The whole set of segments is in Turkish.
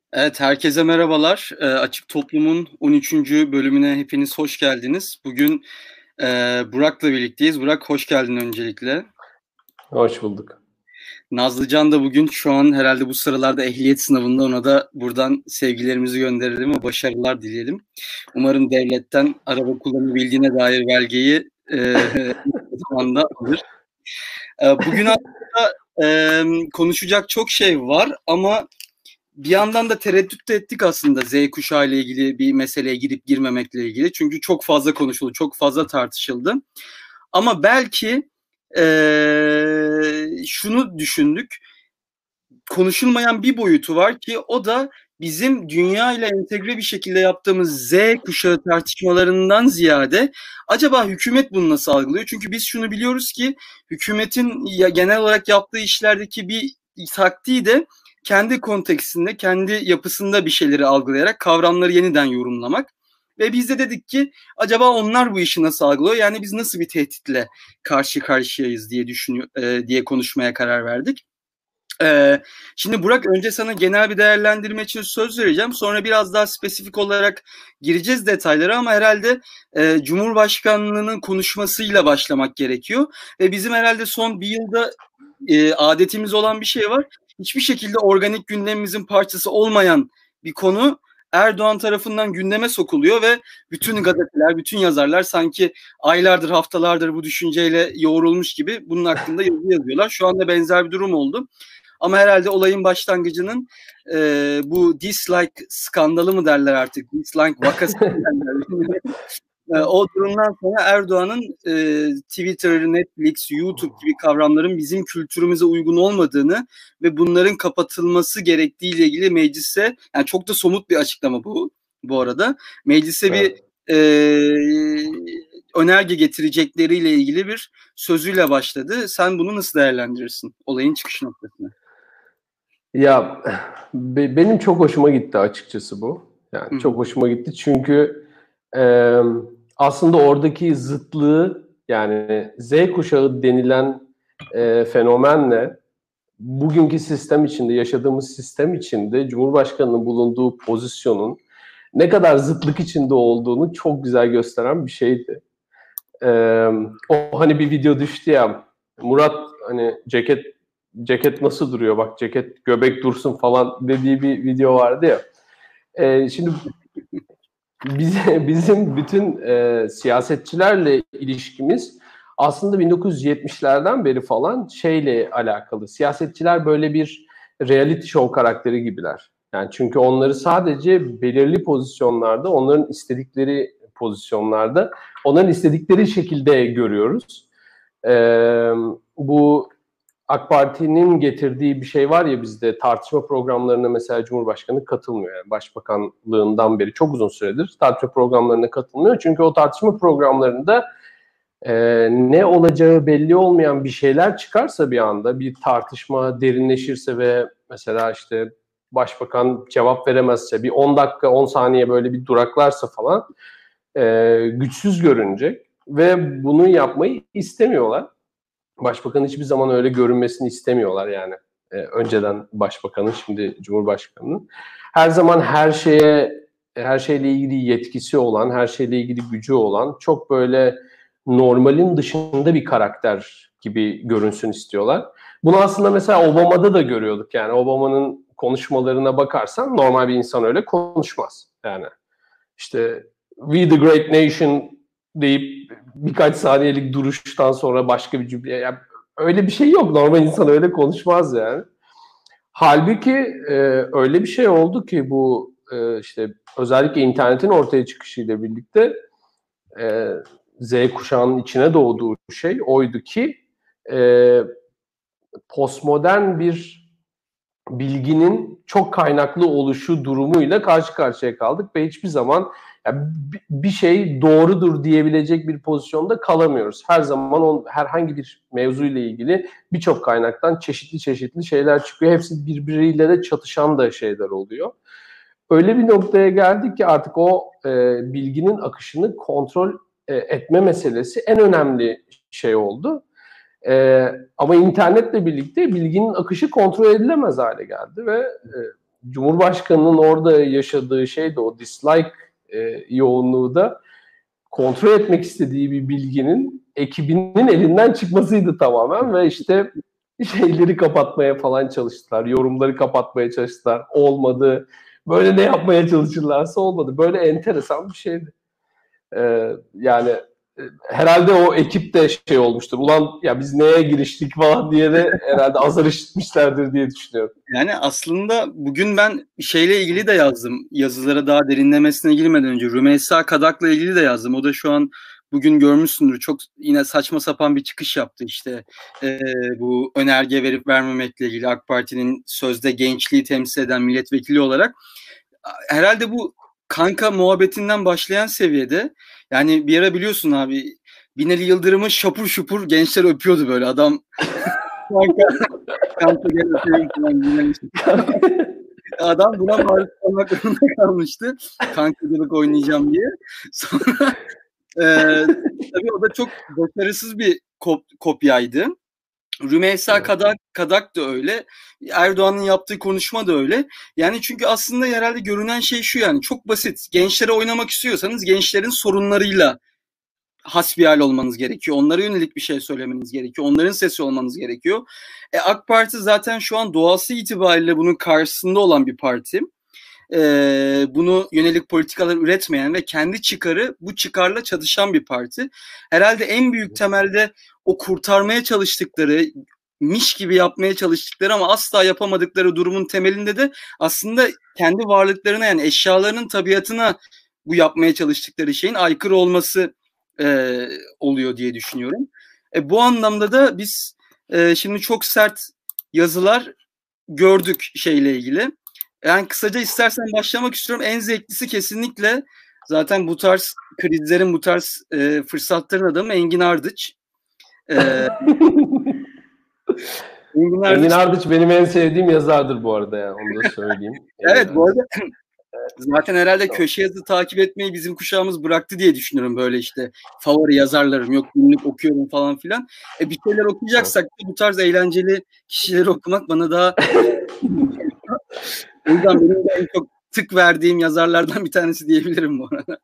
Evet, herkese merhabalar. Açık Toplum'un 13. bölümüne hepiniz hoş geldiniz. Bugün Burak'la birlikteyiz. Burak, hoş geldin öncelikle. Hoş bulduk. Nazlıcan da bugün şu an herhalde bu sıralarda ehliyet sınavında, ona da buradan sevgilerimizi gönderelim ve başarılar dileyelim. Umarım devletten araba kullanabildiğine dair belgeyi zamanda alır. Bugün aslında konuşacak çok şey var ama bir yandan da tereddüt ettik aslında Z kuşağı ile ilgili bir meseleye girip girmemekle ilgili. Çünkü çok fazla konuşuldu, çok fazla tartışıldı. Ama belki şunu düşündük. Konuşulmayan bir boyutu var ki o da bizim dünya ile entegre bir şekilde yaptığımız Z kuşağı tartışmalarından ziyade acaba hükümet bunu nasıl algılıyor? Çünkü biz şunu biliyoruz ki hükümetin genel olarak yaptığı işlerdeki bir taktiği de kendi kontekstinde, kendi yapısında bir şeyleri algılayarak kavramları yeniden yorumlamak. Ve biz de dedik ki acaba onlar bu işi nasıl algılıyor? Yani biz nasıl bir tehditle karşı karşıyayız diye konuşmaya karar verdik. Şimdi Burak, önce sana genel bir değerlendirme için söz vereceğim. Sonra biraz daha spesifik olarak gireceğiz detaylara ama herhalde Cumhurbaşkanlığının konuşmasıyla başlamak gerekiyor. Ve bizim herhalde son bir yılda adetimiz olan bir şey var. Hiçbir şekilde organik gündemimizin parçası olmayan bir konu Erdoğan tarafından gündeme sokuluyor ve bütün gazeteler, bütün yazarlar sanki aylardır, haftalardır bu düşünceyle yoğrulmuş gibi bunun hakkında yazı yazıyorlar. Şu anda benzer bir durum oldu. Ama herhalde olayın başlangıcının bu dislike skandalı mı derler artık, dislike vakası mı derler. O durumdan sonra Erdoğan'ın Twitter, Netflix, YouTube gibi kavramların bizim kültürümüze uygun olmadığını ve bunların kapatılması gerektiğiyle ilgili meclise, yani çok da somut bir açıklama bu arada, meclise bir önerge getirecekleriyle ilgili bir sözüyle başladı. Sen bunu nasıl değerlendirirsin, olayın çıkış noktasını? Ya benim çok hoşuma gitti açıkçası bu. Yani çok hoşuma gitti çünkü aslında oradaki zıtlığı, yani Z kuşağı denilen fenomenle bugünkü sistem içinde, yaşadığımız sistem içinde Cumhurbaşkanı'nın bulunduğu pozisyonun ne kadar zıtlık içinde olduğunu çok güzel gösteren bir şeydi. O hani bir video düştü ya, Murat hani ceket nasıl duruyor, bak ceket göbek dursun falan dediği bir video vardı ya. Şimdi bizim bütün siyasetçilerle ilişkimiz aslında 1970'lerden beri falan şeyle alakalı. Siyasetçiler böyle bir reality show karakteri gibiler. Yani çünkü onları sadece belirli pozisyonlarda, onların istedikleri pozisyonlarda, onların istedikleri şekilde görüyoruz. Bu AK Parti'nin getirdiği bir şey var ya, bizde tartışma programlarına mesela Cumhurbaşkanı katılmıyor. Yani Başbakanlığından beri çok uzun süredir tartışma programlarına katılmıyor. Çünkü o tartışma programlarında ne olacağı belli olmayan bir şeyler çıkarsa, bir anda bir tartışma derinleşirse ve mesela işte Başbakan cevap veremezse, bir 10 dakika 10 saniye böyle bir duraklarsa falan güçsüz görünecek ve bunu yapmayı istemiyorlar. Başbakanın hiçbir zaman öyle görünmesini istemiyorlar yani. Önceden başbakanın, şimdi Cumhurbaşkanı'nın. Her zaman her şeyle ilgili yetkisi olan, her şeyle ilgili gücü olan, çok böyle normalin dışında bir karakter gibi görünsün istiyorlar. Bunu aslında mesela Obama'da da görüyorduk. Yani Obama'nın konuşmalarına bakarsan normal bir insan öyle konuşmaz. Yani işte "We the Great Nation" deyip birkaç saniyelik duruştan sonra başka bir cümle. Yani öyle bir şey yok. Normal insan öyle konuşmaz yani. Halbuki öyle bir şey oldu ki bu işte özellikle internetin ortaya çıkışıyla birlikte Z kuşağının içine doğduğu şey oydu ki postmodern bir bilginin çok kaynaklı oluşu durumuyla karşı karşıya kaldık ve hiçbir zaman yani bir şey doğrudur diyebilecek bir pozisyonda kalamıyoruz. Her zaman herhangi bir mevzuyla ilgili birçok kaynaktan çeşitli şeyler çıkıyor. Hepsi birbiriyle de çatışan da şeyler oluyor. Öyle bir noktaya geldik ki artık o bilginin akışını kontrol etme meselesi en önemli şey oldu. Ama internetle birlikte bilginin akışı kontrol edilemez hale geldi ve Cumhurbaşkanının orada yaşadığı şey de o dislike yoğunluğu da kontrol etmek istediği bir bilginin ekibinin elinden çıkmasıydı tamamen ve işte şeyleri kapatmaya falan çalıştılar. Yorumları kapatmaya çalıştılar. Olmadı. Böyle ne yapmaya çalışırlarsa olmadı. Böyle enteresan bir şeydi. Yani herhalde o ekip de şey olmuştur. Ulan ya biz neye giriştik falan diye de herhalde azar işitmişlerdir diye düşünüyorum. Yani aslında bugün ben şeyle ilgili de yazdım. Yazılara daha derinlemesine girmeden önce Rümeysa Kadak'la ilgili de yazdım. O da şu an bugün görmüşsündür. Çok yine saçma sapan bir çıkış yaptı işte. Bu önerge verip vermemekle ilgili AK Parti'nin sözde gençliği temsil eden milletvekili olarak. Herhalde bu kanka muhabbetinden başlayan seviyede. Yani bir ara biliyorsun abi Binali Yıldırım'ı şapur şupur gençler öpüyordu böyle adam. Kanka gel öpeyim falan. Adam buna maruz kalmak zorunda kalmıştı. Kankacılık oynayacağım diye. Sonra tabii o da çok başarısız bir kopyaydı. Rümeysa Kadak da öyle. Erdoğan'ın yaptığı konuşma da öyle. Yani çünkü aslında herhalde görünen şey şu yani çok basit. Gençlere oynamak istiyorsanız gençlerin sorunlarıyla hasbihal olmanız gerekiyor. Onlara yönelik bir şey söylemeniz gerekiyor. Onların sesi olmanız gerekiyor. AK Parti zaten şu an doğası itibariyle bunun karşısında olan bir parti. Bunu yönelik politikalar üretmeyen ve kendi çıkarı bu çıkarla çatışan bir parti. Herhalde en büyük temelde o kurtarmaya çalıştıkları, miş gibi yapmaya çalıştıkları ama asla yapamadıkları durumun temelinde de aslında kendi varlıklarına yani eşyalarının tabiatına bu yapmaya çalıştıkları şeyin aykırı olması oluyor diye düşünüyorum. Bu anlamda da biz şimdi çok sert yazılar gördük şeyle ilgili. Yani kısaca istersen başlamak istiyorum. En zevklisi kesinlikle zaten bu tarz krizlerin, bu tarz fırsatların adamı Engin Ardıç. Engin Ardıç benim en sevdiğim yazardır bu arada yani onu da söyleyeyim. Evet bu arada zaten herhalde köşe yazı takip etmeyi bizim kuşağımız bıraktı diye düşünüyorum böyle işte favori yazarlarım yok günlük okuyorum falan filan. Bir şeyler okuyacaksak da bu tarz eğlenceli kişileri okumak bana daha o yüzden benim de en çok tık verdiğim yazarlardan bir tanesi diyebilirim bu arada.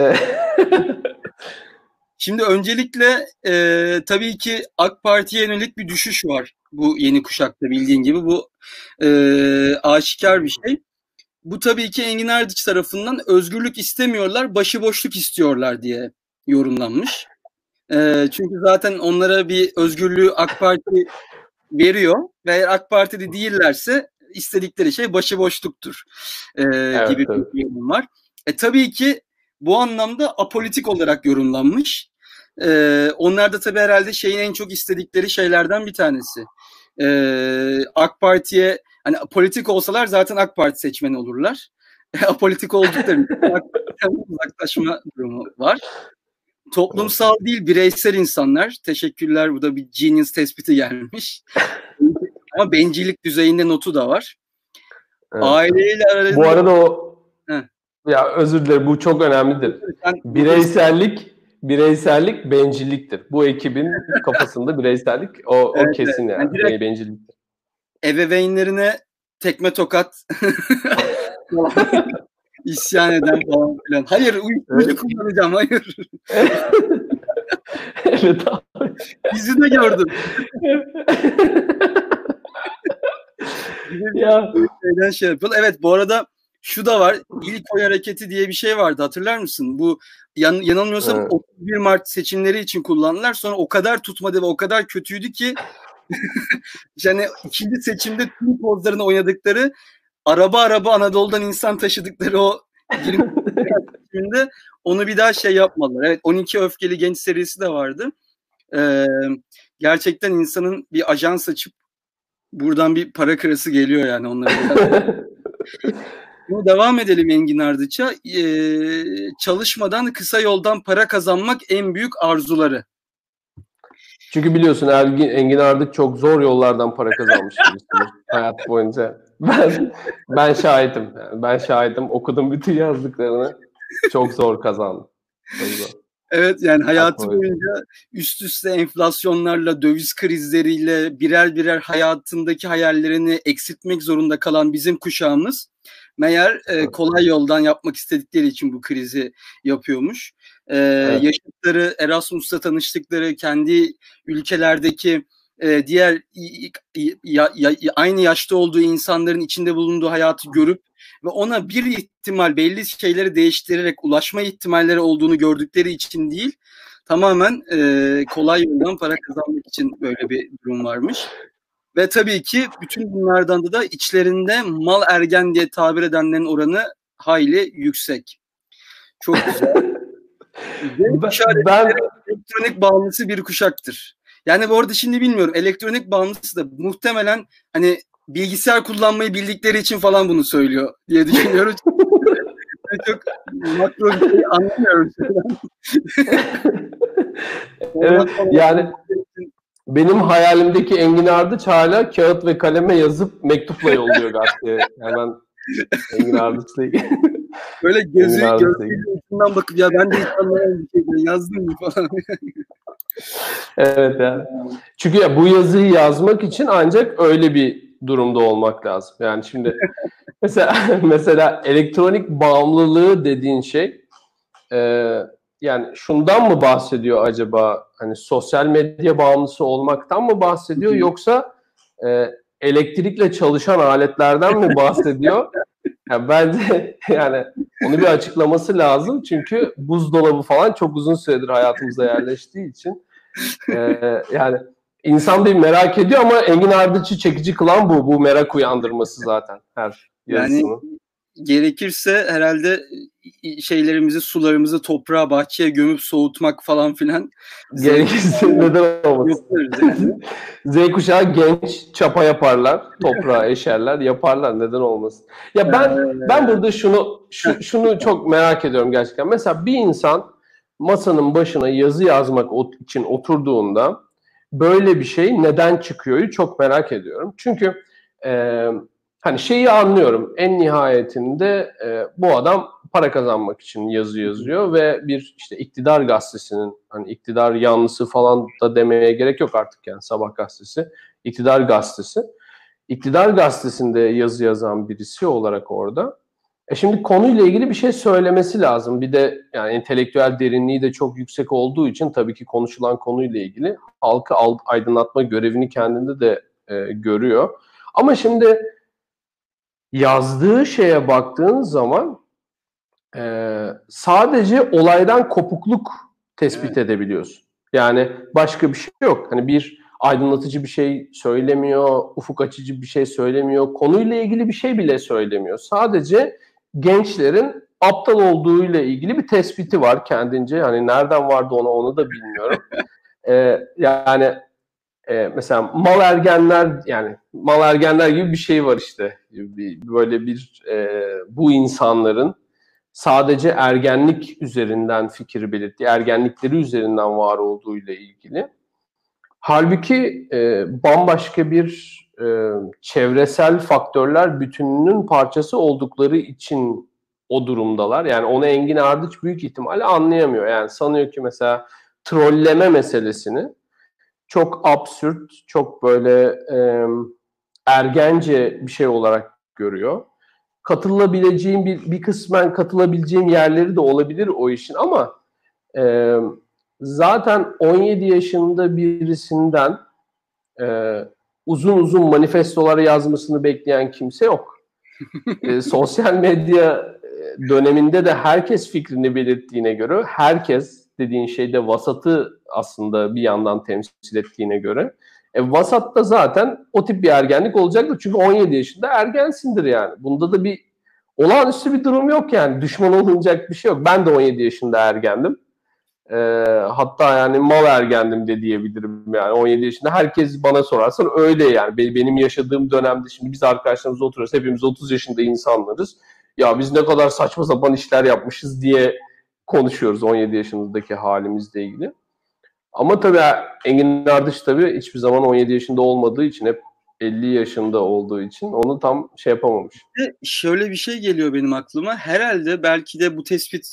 Şimdi öncelikle tabii ki AK Parti'ye yönelik bir düşüş var bu yeni kuşakta bildiğin gibi bu aşikar bir şey. Bu tabii ki Engin Ardıç tarafından özgürlük istemiyorlar, başıboşluk istiyorlar diye yorumlanmış. Çünkü zaten onlara bir özgürlüğü AK Parti veriyor ve eğer AK Parti'de değillerse istedikleri şey başıboşluktur gibi bir yorum var. Tabii ki bu anlamda apolitik olarak yorumlanmış. Onlar da tabii herhalde şeyin en çok istedikleri şeylerden bir tanesi. AK Parti'ye hani politik olsalar zaten AK Parti seçmeni olurlar. Apolitik oldukları uzaklaşma durumu var. Toplumsal değil bireysel insanlar. Teşekkürler. Bu da bir genius tespiti gelmiş. Ama bencillik düzeyinde notu da var. Evet. Aileyle arasında... Bu arada o ya özür dilerim bu çok önemlidir. Bireysellik bencilliktir. Bu ekibin kafasında bireysellik o evet, kesin yani bencilliktir. Ebeveynlerine tekme tokat isyan eden falan filan. Hayır uyuşturucu kullanacağım hayır. Evet abi. Bizi de gördüm. Ya şeyden şey yapıyor. Evet bu arada şu da var. İlk oy hareketi diye bir şey vardı. Hatırlar mısın? Bu yanılmıyorsam evet. 31 Mart seçimleri için kullandılar. Sonra o kadar tutmadı ve o kadar kötüydü ki yani ikinci seçimde tüm pozlarını oynadıkları araba Anadolu'dan insan taşıdıkları o 20 seçiminde onu bir daha şey yapmadılar. Evet 12 Öfkeli Genç serisi de vardı. Gerçekten insanın bir ajans açıp buradan bir para kırası geliyor yani onları. Devam edelim Engin Ardıç'a. Çalışmadan kısa yoldan para kazanmak en büyük arzuları. Çünkü biliyorsun Engin Ardıç çok zor yollardan para kazanmış hayat boyunca. Ben şahidim. Yani ben şahidim. Okudum bütün yazdıklarını. Çok zor kazandı. Çok zor. Evet, yani hayatı boyunca üst üste enflasyonlarla, döviz krizleriyle birer birer hayatındaki hayallerini eksiltmek zorunda kalan bizim kuşağımız meğer kolay yoldan yapmak istedikleri için bu krizi yapıyormuş. Evet. Yaşıtları, Erasmus'ta tanıştıkları, kendi ülkelerdeki diğer aynı yaşta olduğu insanların içinde bulunduğu hayatı görüp ve ona bir ihtimal, belli şeyleri değiştirerek ulaşma ihtimalleri olduğunu gördükleri için değil, tamamen kolay yoldan para kazanmak için böyle bir durum varmış. Ve tabii ki bütün bunlardan da içlerinde mal ergen diye tabir edenlerin oranı hayli yüksek. Çok güzel. Ben elektronik bağımlısı bir kuşaktır. Yani bu arada şimdi bilmiyorum, elektronik bağımlısı da muhtemelen hani bilgisayar kullanmayı bildikleri için falan bunu söylüyor diye düşünüyorum. Çok makro bir şey anlamıyorum. Evet, yani benim hayalimdeki Engin Ardıç hala kağıt ve kaleme yazıp mektupla yolluyor gazeteye. Yani ben Engin Ardıç'la böyle gözünün ucundan bakıp ya ben de hiç anlamayan bir şey yazdım mı falan. Evet yani. Çünkü ya bu yazıyı yazmak için ancak öyle bir durumda olmak lazım. Yani şimdi mesela elektronik bağımlılığı dediğin şey yani şundan mı bahsediyor acaba? Hani sosyal medya bağımlısı olmaktan mı bahsediyor yoksa elektrikle çalışan aletlerden mi bahsediyor? Yani bence yani onu bir açıklaması lazım. Çünkü buzdolabı falan çok uzun süredir hayatımıza yerleştiği için yani insan bir merak ediyor ama Engin Ardıç'ı çekici kılan bu merak uyandırması zaten her yazısının. Yani gerekirse herhalde şeylerimizi, sularımızı toprağa, bahçeye gömüp soğutmak falan filan. Gerekirse neden olmasın. Yani. Z kuşağı genç, çapa yaparlar, toprağa eşerler, yaparlar, neden olmasın. Ya ben burada şunu çok merak ediyorum gerçekten. Mesela bir insan masanın başına yazı yazmak için oturduğunda böyle bir şey neden çıkıyor'yu çok merak ediyorum. Çünkü hani şeyi anlıyorum. En nihayetinde bu adam para kazanmak için yazı yazıyor ve bir işte iktidar gazetesinin, hani iktidar yanlısı falan da demeye gerek yok artık, yani Sabah gazetesi, iktidar gazetesi. İktidar gazetesinde yazı yazan birisi olarak orada. Şimdi konuyla ilgili bir şey söylemesi lazım. Bir de yani entelektüel derinliği de çok yüksek olduğu için tabii ki konuşulan konuyla ilgili halkı aydınlatma görevini kendinde de görüyor. Ama şimdi yazdığı şeye baktığın zaman sadece olaydan kopukluk tespit edebiliyorsun. Yani başka bir şey yok. Hani bir aydınlatıcı bir şey söylemiyor, ufuk açıcı bir şey söylemiyor, konuyla ilgili bir şey bile söylemiyor. Sadece gençlerin aptal olduğuyla ilgili bir tespiti var kendince. Hani nereden vardı onu da bilmiyorum. Yani mesela mal ergenler gibi bir şey var işte. Böyle bu insanların sadece ergenlik üzerinden fikir belirttiği, ergenlikleri üzerinden var olduğuyla ilgili. Halbuki bambaşka bir çevresel faktörler bütününün parçası oldukları için o durumdalar. Yani onu Engin Ardıç büyük ihtimalle anlayamıyor. Yani sanıyor ki mesela trolleme meselesini çok absürt, çok böyle ergence bir şey olarak görüyor. Katılabileceğim bir kısmen katılabileceğim yerleri de olabilir o işin ama zaten 17 yaşında birisinden uzun uzun manifestolar yazmasını bekleyen kimse yok. Sosyal medya döneminde de herkes fikrini belirttiğine göre, herkes dediğin şeyde vasatı aslında bir yandan temsil ettiğine göre, vasatta zaten o tip bir ergenlik olacaktır. Çünkü 17 yaşında ergensindir yani. Bunda da bir olağanüstü bir durum yok yani. Düşman olunacak bir şey yok. Ben de 17 yaşında ergendim. Hatta yani mal ergendim de diyebilirim yani. 17 yaşında herkes bana sorarsan öyle yani. Benim yaşadığım dönemde şimdi biz arkadaşlarımızla oturuyoruz. Hepimiz 30 yaşında insanlarız. Ya biz ne kadar saçma sapan işler yapmışız diye konuşuyoruz 17 yaşındaki halimizle ilgili. Ama tabii Engin Ardıç tabii hiçbir zaman 17 yaşında olmadığı için, hep 50 yaşında olduğu için onu tam şey yapamamış. Şöyle bir şey geliyor benim aklıma. Herhalde belki de bu tespit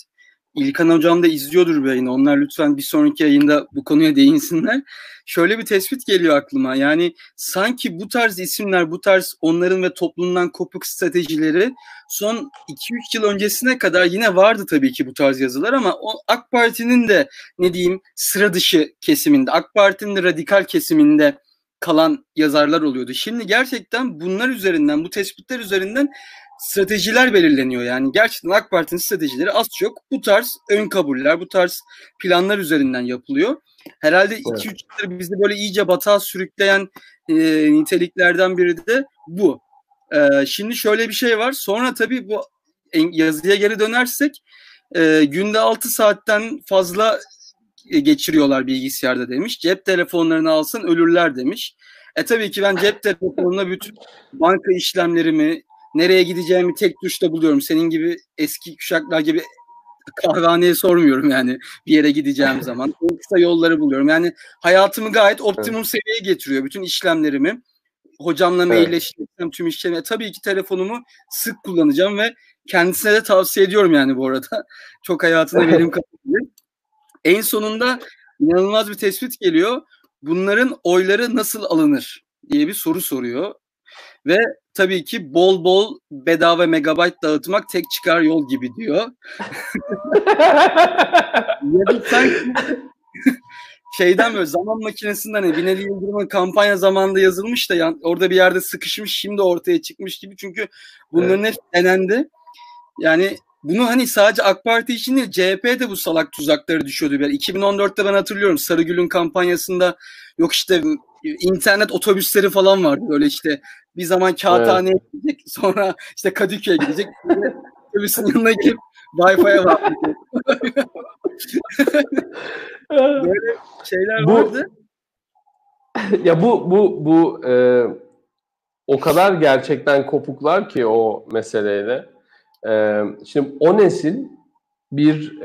İlkan Hocam da izliyordur bu yayını. Onlar lütfen bir sonraki yayında bu konuya değinsinler. Şöyle bir tespit geliyor aklıma. Yani sanki bu tarz isimler, bu tarz onların ve toplumdan kopuk stratejileri son 2-3 yıl öncesine kadar yine vardı tabii ki bu tarz yazılar, ama o AK Parti'nin de ne diyeyim sıra dışı kesiminde, AK Parti'nin de radikal kesiminde kalan yazarlar oluyordu. Şimdi gerçekten bunlar üzerinden, bu tespitler üzerinden stratejiler belirleniyor. Yani gerçekten AK Parti'nin stratejileri az çok bu tarz ön kabuller, bu tarz planlar üzerinden yapılıyor. Herhalde 2-3 yıldır bizi böyle iyice batağa sürükleyen niteliklerden biri de bu. Şimdi şöyle bir şey var. Sonra tabii bu yazıya geri dönersek günde 6 saatten fazla geçiriyorlar bilgisayarda demiş. Cep telefonlarını alsın ölürler demiş. Tabii ki ben cep telefonuna bütün banka işlemlerimi, nereye gideceğimi tek tuşla buluyorum. Senin gibi eski kuşaklar gibi kahvehaneye sormuyorum yani bir yere gideceğim zaman. En kısa yolları buluyorum. Yani hayatımı gayet optimum seviyeye getiriyor. Bütün işlemlerimi hocamla mailleştirsem tüm işlerimi. Tabii ki telefonumu sık kullanacağım ve kendisine de tavsiye ediyorum yani bu arada. Çok hayatına verim katıyor. En sonunda inanılmaz bir tespit geliyor. Bunların oyları nasıl alınır diye bir soru soruyor. Ve tabii ki bol bol bedava megabayt dağıtmak tek çıkar yol gibi diyor. Ya da sanki şeyden böyle zaman makinesinden Binali Yıldırım'ın kampanya zamanında yazılmış da orada bir yerde sıkışmış, şimdi ortaya çıkmış gibi. Çünkü bunların hepsi denendi. Yani bunu hani sadece AK Parti için değil, CHP de bu salak tuzakları düşüyordu. 2014'te ben hatırlıyorum Sarıgül'ün kampanyasında yok işte internet otobüsleri falan vardı. Böyle işte bir zaman Kağıthane'ye gidecek, sonra işte Kadıköy'e gidecek. Otobüsün yanına girip Wi-Fi'ye bağlayacak. Böyle şeyler vardı. Ya bu o kadar gerçekten kopuklar ki o meseleyle. Şimdi o nesil bir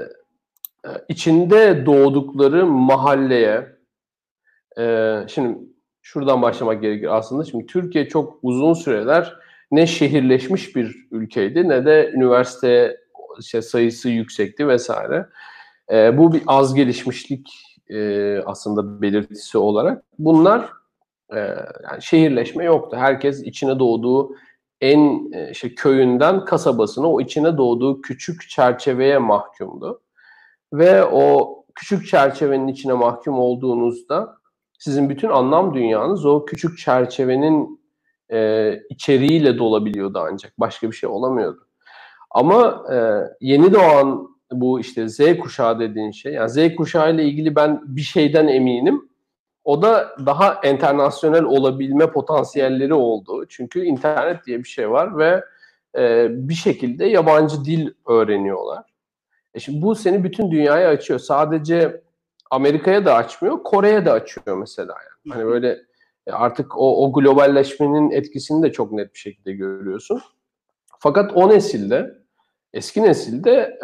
içinde doğdukları mahalleye, şimdi şuradan başlamak gerekir aslında. Şimdi Türkiye çok uzun süreler ne şehirleşmiş bir ülkeydi ne de üniversite sayısı yüksekti vesaire. Bu bir az gelişmişlik aslında belirtisi olarak. Bunlar yani şehirleşme yoktu. Herkes içine doğduğu en köyünden kasabasına, o içine doğduğu küçük çerçeveye mahkumdu. Ve o küçük çerçevenin içine mahkum olduğunuzda sizin bütün anlam dünyanız o küçük çerçevenin içeriğiyle dolabiliyordu ancak. Başka bir şey olamıyordu. Ama yeni doğan bu işte Z kuşağı dediğin şey, yani Z kuşağı ile ilgili ben bir şeyden eminim. O da daha internasyonel olabilme potansiyelleri oldu. Çünkü internet diye bir şey var ve bir şekilde yabancı dil öğreniyorlar. Şimdi bu seni bütün dünyaya açıyor. Sadece Amerika'ya da açmıyor, Kore'ye de açıyor mesela. Yani. Hani böyle artık o globalleşmenin etkisini de çok net bir şekilde görüyorsun. Fakat o nesilde, eski nesilde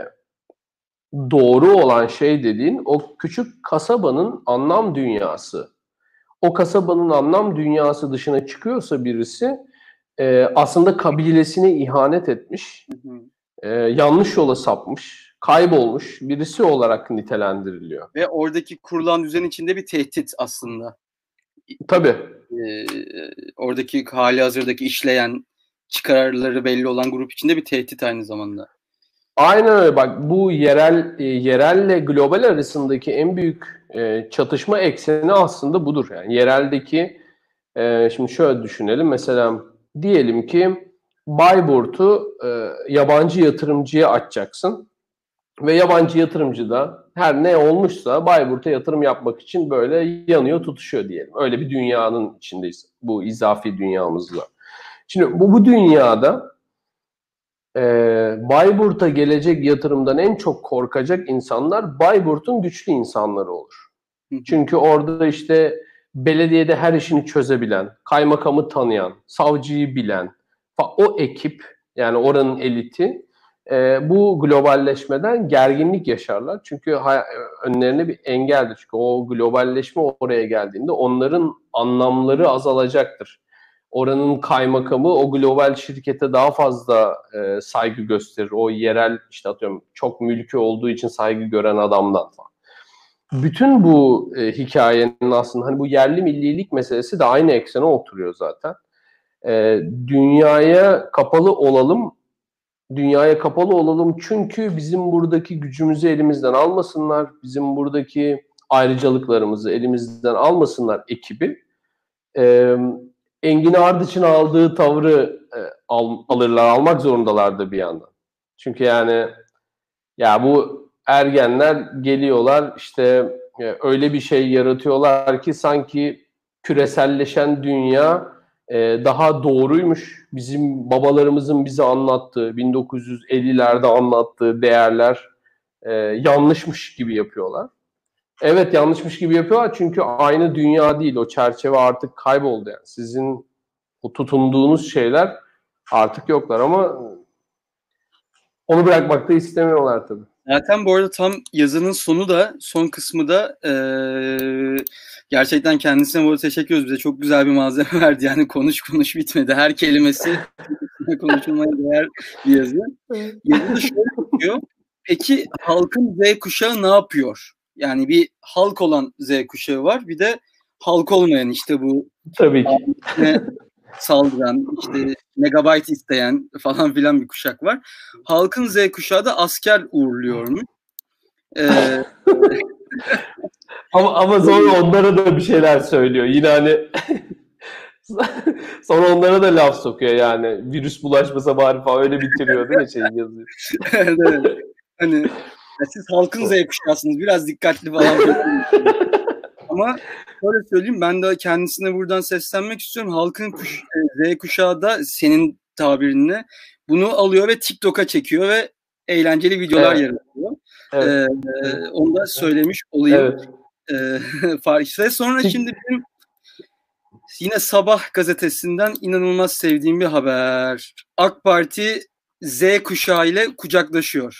doğru olan şey dediğin o küçük kasabanın anlam dünyası. O kasabanın anlam dünyası dışına çıkıyorsa birisi aslında kabilesine ihanet etmiş, yanlış yola sapmış, kaybolmuş birisi olarak nitelendiriliyor. Ve oradaki kurulan düzen içinde bir tehdit aslında. Tabii. Oradaki hali hazırdaki işleyen, çıkarları belli olan grup içinde bir tehdit aynı zamanda. Aynen öyle. Bak bu yerelle global arasındaki en büyük çatışma ekseni aslında budur. Yani yereldeki şimdi şöyle düşünelim. Mesela diyelim ki Bayburt'u yabancı yatırımcıya açacaksın. Ve yabancı yatırımcı da her ne olmuşsa Bayburt'a yatırım yapmak için böyle yanıyor tutuşuyor diyelim. Öyle bir dünyanın içindeyiz. Bu izafi dünyamızla. Şimdi bu dünyada Bayburt'a gelecek yatırımdan en çok korkacak insanlar Bayburt'un güçlü insanları olur. Çünkü orada işte belediyede her işini çözebilen, kaymakamı tanıyan, savcıyı bilen, o ekip yani oranın eliti bu globalleşmeden gerginlik yaşarlar. Çünkü önlerine bir engeldir. Çünkü o globalleşme oraya geldiğinde onların anlamları azalacaktır. oranın kaymakamı o global şirkete daha fazla saygı gösterir. O yerel işte atıyorum çok mülkü olduğu için saygı gören adamdan falan. Bütün bu hikayenin aslında hani bu yerli millilik meselesi de aynı eksene oturuyor zaten. Dünyaya kapalı olalım. Dünyaya kapalı olalım çünkü bizim buradaki gücümüzü elimizden almasınlar. Bizim buradaki ayrıcalıklarımızı elimizden almasınlar ekibi. Engin Ardıç'ın aldığı tavrı alırlar, almak zorundalardı bir yandan. Çünkü yani ya bu ergenler geliyorlar işte öyle bir şey yaratıyorlar ki sanki küreselleşen dünya daha doğruymuş. Bizim babalarımızın bize anlattığı, 1950'lerde anlattığı değerler yanlışmış gibi yapıyorlar. Evet yanlışmış gibi yapıyorlar çünkü aynı dünya değil. O çerçeve artık kayboldu yani. Sizin o tutunduğunuz şeyler artık yoklar ama onu bırakmak da istemiyorlar tabii. Zaten bu arada tam yazının son kısmı da gerçekten kendisine bu arada teşekkür ediyoruz. Bize çok güzel bir malzeme verdi. Yani konuş bitmedi. Her kelimesi konuşulmaya değer bir yazı. Yazıda şöyle diyor. Peki halkın Z kuşağı ne yapıyor? Yani bir halk olan Z kuşağı var. Bir de halk olmayan işte bu tabii ki saldıran, işte megabayt isteyen falan filan bir kuşak var. Halkın Z kuşağı da asker uğurluyormuş. ama sonra onlara da bir şeyler söylüyor. Yine hani sonra onlara da laf sokuyor yani. Virüs bulaşmasa bari falan öyle bitiriyor değil mi şeyi yazıyor. Evet. Hani siz halkın Z kuşağısınız. Biraz dikkatli falan. Ama şöyle söyleyeyim, ben de kendisine buradan seslenmek istiyorum. Halkın Z kuşağı da senin tabirinle bunu alıyor ve TikTok'a çekiyor ve eğlenceli videolar yaratıyor. Evet. Onu da söylemiş olayım. Evet. Ve sonra şimdi benim yine Sabah gazetesinden inanılmaz sevdiğim bir haber. AK Parti Z kuşağı ile kucaklaşıyor.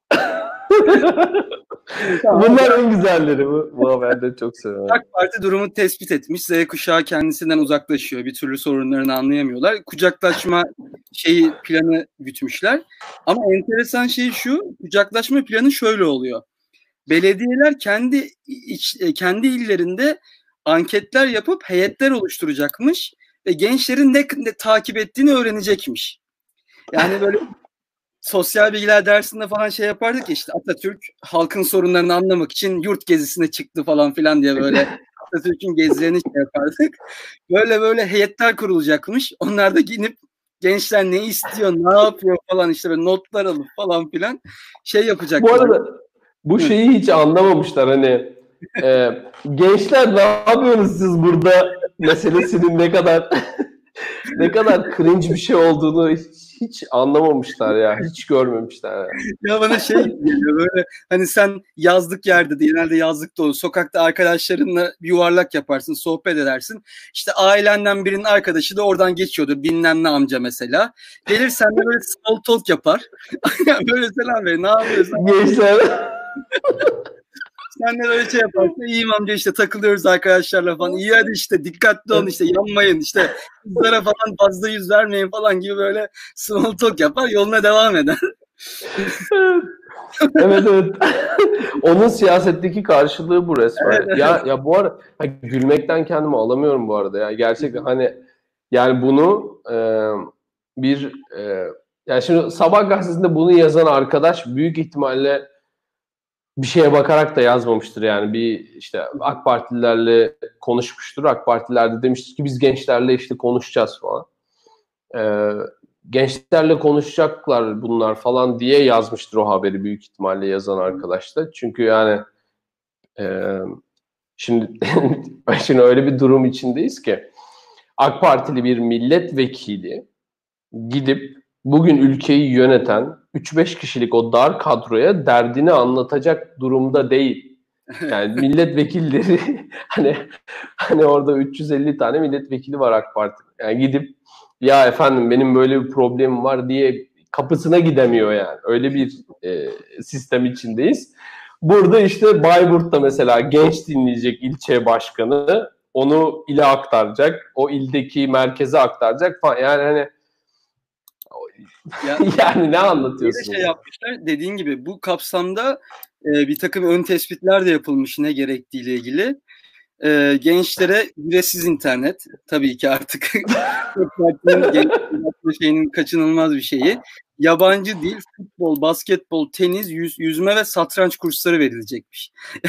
Bunlar en güzelleri bu haberde çok seviyorum. AK Parti durumu tespit etmiş. Z kuşağı kendisinden uzaklaşıyor. Bir türlü sorunlarını anlayamıyorlar. Kucaklaşma planı gütmüşler. Ama enteresan şey şu. Kucaklaşma planı şöyle oluyor. Belediyeler kendi illerinde anketler yapıp heyetler oluşturacakmış ve gençlerin ne takip ettiğini öğrenecekmiş. Yani böyle sosyal bilgiler dersinde falan yapardık ya, işte Atatürk halkın sorunlarını anlamak için yurt gezisine çıktı falan filan diye böyle Atatürk'ün gezilerini yapardık. Böyle heyetler kurulacakmış. Onlar da gidip gençler ne istiyor, ne yapıyor falan işte böyle notlar alıp falan filan yapacaklar. Bu arada bu şeyi hiç anlamamışlar hani gençler ne yapıyorsunuz siz burada meselesinin ne kadar cringe bir şey olduğunu hiç anlamamışlar ya. Hiç görmemişler ya. Ya bana geliyor böyle, hani sen yazlık yerde, genelde yazlıkta olur, sokakta arkadaşlarınla bir yuvarlak yaparsın, sohbet edersin. İşte ailenden birinin arkadaşı da oradan geçiyordur, bilmem ne amca mesela. Gelir seninle böyle small talk yapar. Böyle selam verir, ne yapıyorsun? Gençler. Sen de böyle yaparsın. İyiyim amca, işte takılıyoruz arkadaşlarla falan. İyi hadi işte dikkatli olun, işte yanmayın, işte kızlara falan fazla yüz vermeyin falan gibi böyle small talk yapar, yoluna devam eder. Evet. Onun siyasetteki karşılığı bu resmen. Evet. Ya bu arada gülmekten kendimi alamıyorum bu arada ya. Gerçekten hani yani bunu yani şimdi Sabah gazetesinde bunu yazan arkadaş büyük ihtimalle bir şeye bakarak da yazmamıştır yani. Bir işte AK Partililerle konuşmuştur. AK Partililer de demiştir ki biz gençlerle işte konuşacağız falan. Gençlerle konuşacaklar bunlar falan diye yazmıştır o haberi büyük ihtimalle yazan arkadaş da. Çünkü yani şimdi öyle bir durum içindeyiz ki AK Partili bir milletvekili gidip bugün ülkeyi yöneten 3-5 kişilik o dar kadroya derdini anlatacak durumda değil. Yani milletvekilleri hani orada 350 tane milletvekili var AK Parti. Yani gidip ya efendim benim böyle bir problemim var diye kapısına gidemiyor yani. Öyle bir sistem içindeyiz. Burada işte Bayburt'ta mesela genç dinleyecek ilçe başkanı onu ile aktaracak, o ildeki merkeze aktaracak falan. Yani hani yani ne anlatıyorsun? Bir şey yapmışlar. Dediğin gibi bu kapsamda bir takım ön tespitler de yapılmış ne gerektiğiyle ilgili. Gençlere ücretsiz internet. Tabii ki artık şeyinin kaçınılmaz bir şeyi. Yabancı dil, futbol, basketbol, tenis, yüzme ve satranç kursları verilecekmiş.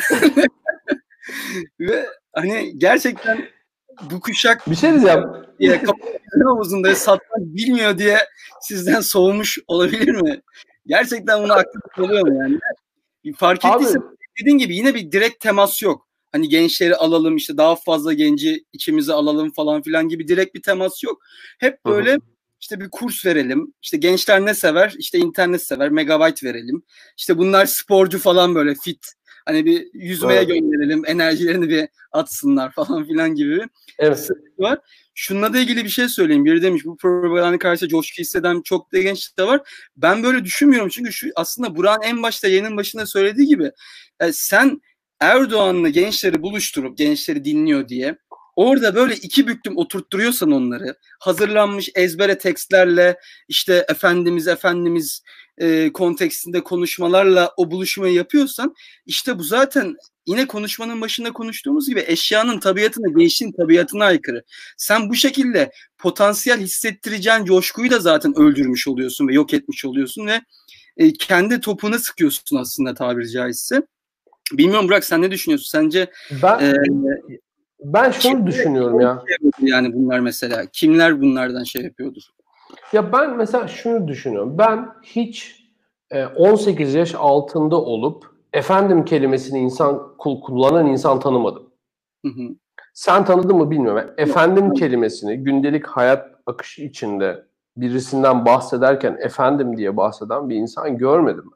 Ve hani gerçekten bu kuşak bir şey diyeceğim. Havuzunda satranç bilmiyor diye sizden soğumuş olabilir mi? Gerçekten bunu aklınızda oluyor mu yani? Fark ettiysen dediğin gibi yine bir direkt temas yok. Hani gençleri alalım, işte daha fazla genci içimize alalım falan filan gibi direkt bir temas yok. Hep böyle işte bir kurs verelim. İşte gençler ne sever? İşte internet sever. Megabyte verelim. İşte bunlar sporcu falan, böyle fit. Hani bir yüzmeye gönderelim. Enerjilerini bir atsınlar falan filan gibi. Evet. Var. Şununla da ilgili bir şey söyleyeyim. Biri demiş bu propaganda karşı coşku hisseden çok da genç de var. Ben böyle düşünmüyorum. Çünkü şu aslında Burak'ın en başta yayının başında söylediği gibi sen Erdoğan'la gençleri buluşturup gençleri dinliyor diye orada böyle iki büklüm oturtturuyorsan onları, hazırlanmış ezbere tekstlerle, işte efendimiz kontekstinde konuşmalarla o buluşmayı yapıyorsan, işte bu zaten yine konuşmanın başında konuştuğumuz gibi eşyanın tabiatına, gençliğin tabiatına aykırı. Sen bu şekilde potansiyel hissettireceğin coşkuyu da zaten öldürmüş oluyorsun ve yok etmiş oluyorsun ve kendi topunu sıkıyorsun aslında, tabiri caizse. Bilmiyorum Burak, sen ne düşünüyorsun? Sence ben şunu düşünüyorum ya. Yani bunlar mesela kimler bunlardan şey yapıyordur? Ya ben mesela şunu düşünüyorum. Ben hiç 18 yaş altında olup efendim kelimesini kullanan insan tanımadım. Hı hı. Sen tanıdın mı bilmiyorum. Efendim kelimesini gündelik hayat akışı içinde birisinden bahsederken efendim diye bahseden bir insan görmedim.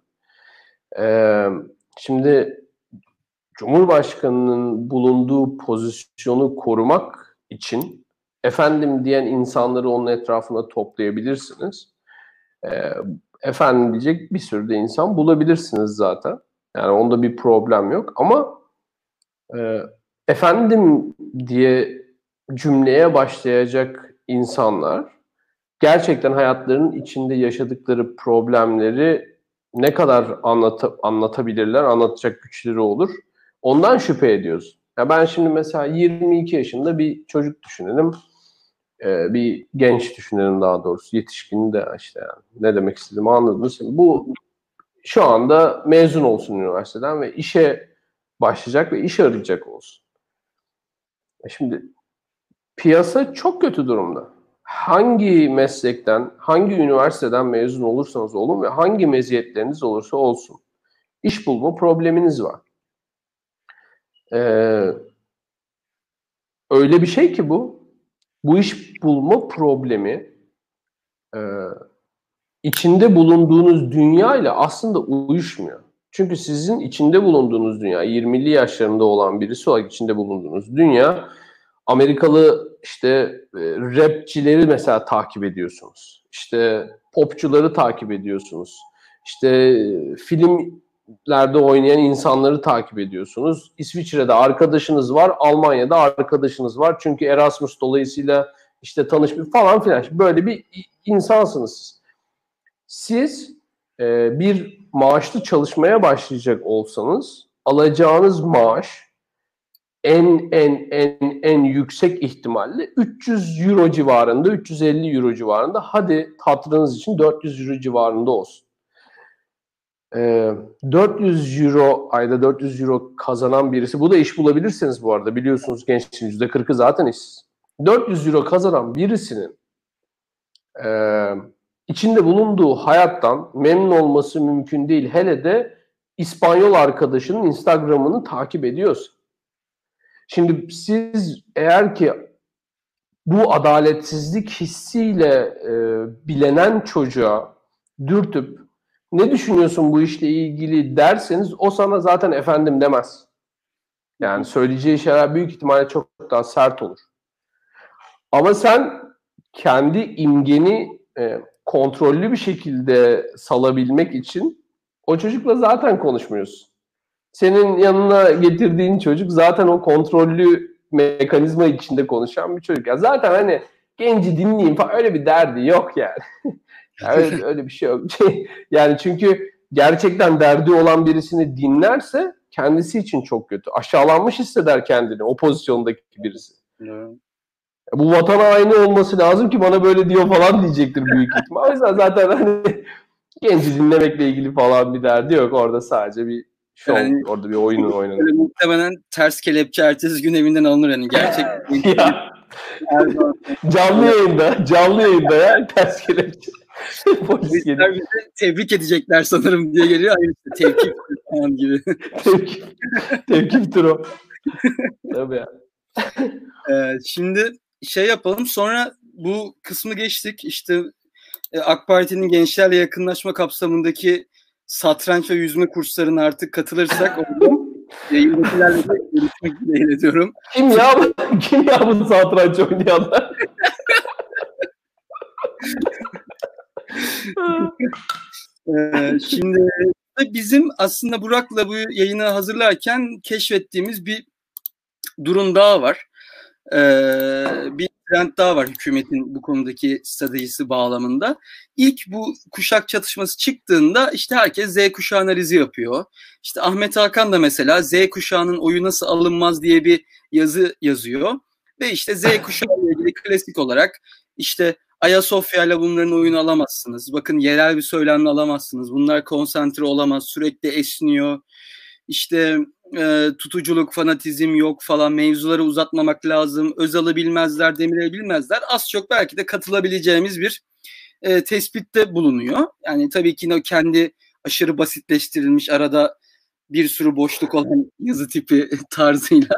Şimdi Cumhurbaşkanı'nın bulunduğu pozisyonu korumak için efendim diyen insanları onun etrafına toplayabilirsiniz. Efendim diyecek bir sürü de insan bulabilirsiniz zaten. Yani onda bir problem yok. Ama efendim diye cümleye başlayacak insanlar gerçekten hayatlarının içinde yaşadıkları problemleri ne kadar anlatabilirler, anlatacak güçleri olur. Ondan şüphe ediyoruz. Ya ben şimdi mesela 22 yaşında bir çocuk düşünelim. Bir genç düşünelim daha doğrusu. Yetişkin de işte yani. Ne demek istediğimi anladınız. Bu şu anda mezun olsun üniversiteden ve işe başlayacak ve iş arayacak olsun. Şimdi piyasa çok kötü durumda. Hangi meslekten, hangi üniversiteden mezun olursanız olun ve hangi meziyetleriniz olursa olsun, iş bulma probleminiz var. Öyle bir şey ki bu iş bulma problemi içinde bulunduğunuz dünya ile aslında uyuşmuyor. Çünkü sizin içinde bulunduğunuz dünya, 20'li yaşlarında olan birisi olarak içinde bulunduğunuz dünya, Amerikalı işte rapçileri mesela takip ediyorsunuz. İşte popçuları takip ediyorsunuz. İşte filmlerde oynayan insanları takip ediyorsunuz. İsviçre'de arkadaşınız var, Almanya'da arkadaşınız var. Çünkü Erasmus dolayısıyla işte tanışmış falan filan. Böyle bir insansınız siz. Siz bir maaşlı çalışmaya başlayacak olsanız alacağınız maaş en yüksek ihtimalle 300 euro civarında, 350 euro civarında, hadi hatırınız için 400 euro civarında olsun. 400 euro, ayda 400 euro kazanan birisi, bu da iş bulabilirsiniz bu arada, biliyorsunuz gençlerin %40'ı zaten işsiz. 400 euro kazanan birisinin içinde bulunduğu hayattan memnun olması mümkün değil. Hele de İspanyol arkadaşının Instagram'ını takip ediyorsa. Şimdi siz eğer ki bu adaletsizlik hissiyle bilenen çocuğa dürtüp ne düşünüyorsun bu işle ilgili derseniz, o sana zaten efendim demez. Yani söyleyeceği şeyler büyük ihtimalle çok daha sert olur. Ama sen kendi imgeni kontrollü bir şekilde salabilmek için o çocukla zaten konuşmuyorsun. Senin yanına getirdiğin çocuk zaten o kontrollü mekanizma içinde konuşan bir çocuk. Ya zaten hani genci dinleyeyim falan öyle bir derdi yok yani. Yani öyle bir şey yok. Yani çünkü gerçekten derdi olan birisini dinlerse kendisi için çok kötü. Aşağılanmış hisseder kendini o pozisyondaki birisi. Bu vatan haini olması lazım ki bana böyle diyor falan diyecektir büyük ihtimal. O yüzden zaten hani genci dinlemekle ilgili falan bir derdi yok. Orada sadece bir şov, yani, orada bir oyunun oynanıyor. Muhtemelen ters kelepçe ertesi gün evinden alınır yani gerçekten. Canlı yayında ya ters kelepçe. Polisler bizi tebrik edecekler sanırım diye geliyor. Hayır işte tevkif falan gibi. Tevkiftir o. Tabii ya. Şimdi şey yapalım. Sonra bu kısmı geçtik. İşte AK Parti'nin gençlerle yakınlaşma kapsamındaki satranç ve yüzme kurslarına artık katılırsak yayındakilerle de görüşmek dileğiyle ediyorum. Kim ya bu satranç oynayanlar? Şimdi bizim aslında Burak'la bu yayını hazırlarken keşfettiğimiz bir durum daha var. Bir trend daha var hükümetin bu konudaki stratejisi bağlamında. İlk bu kuşak çatışması çıktığında işte herkes Z kuşağı analizi yapıyor. İşte Ahmet Hakan da mesela Z kuşağının oyu nasıl alınmaz diye bir yazı yazıyor. Ve işte Z kuşağı ile ilgili klasik olarak işte Ayasofya ile bunların oyunu alamazsınız. Bakın yerel bir söylemle alamazsınız. Bunlar konsantre olamaz. Sürekli esniyor. İşte tutuculuk, fanatizm yok falan, mevzuları uzatmamak lazım. Özal'ı bilmezler, Demirel'i bilmezler. Az çok belki de katılabileceğimiz bir tespitte bulunuyor. Yani tabii ki kendi aşırı basitleştirilmiş, arada bir sürü boşluk olan yazı tipi tarzıyla.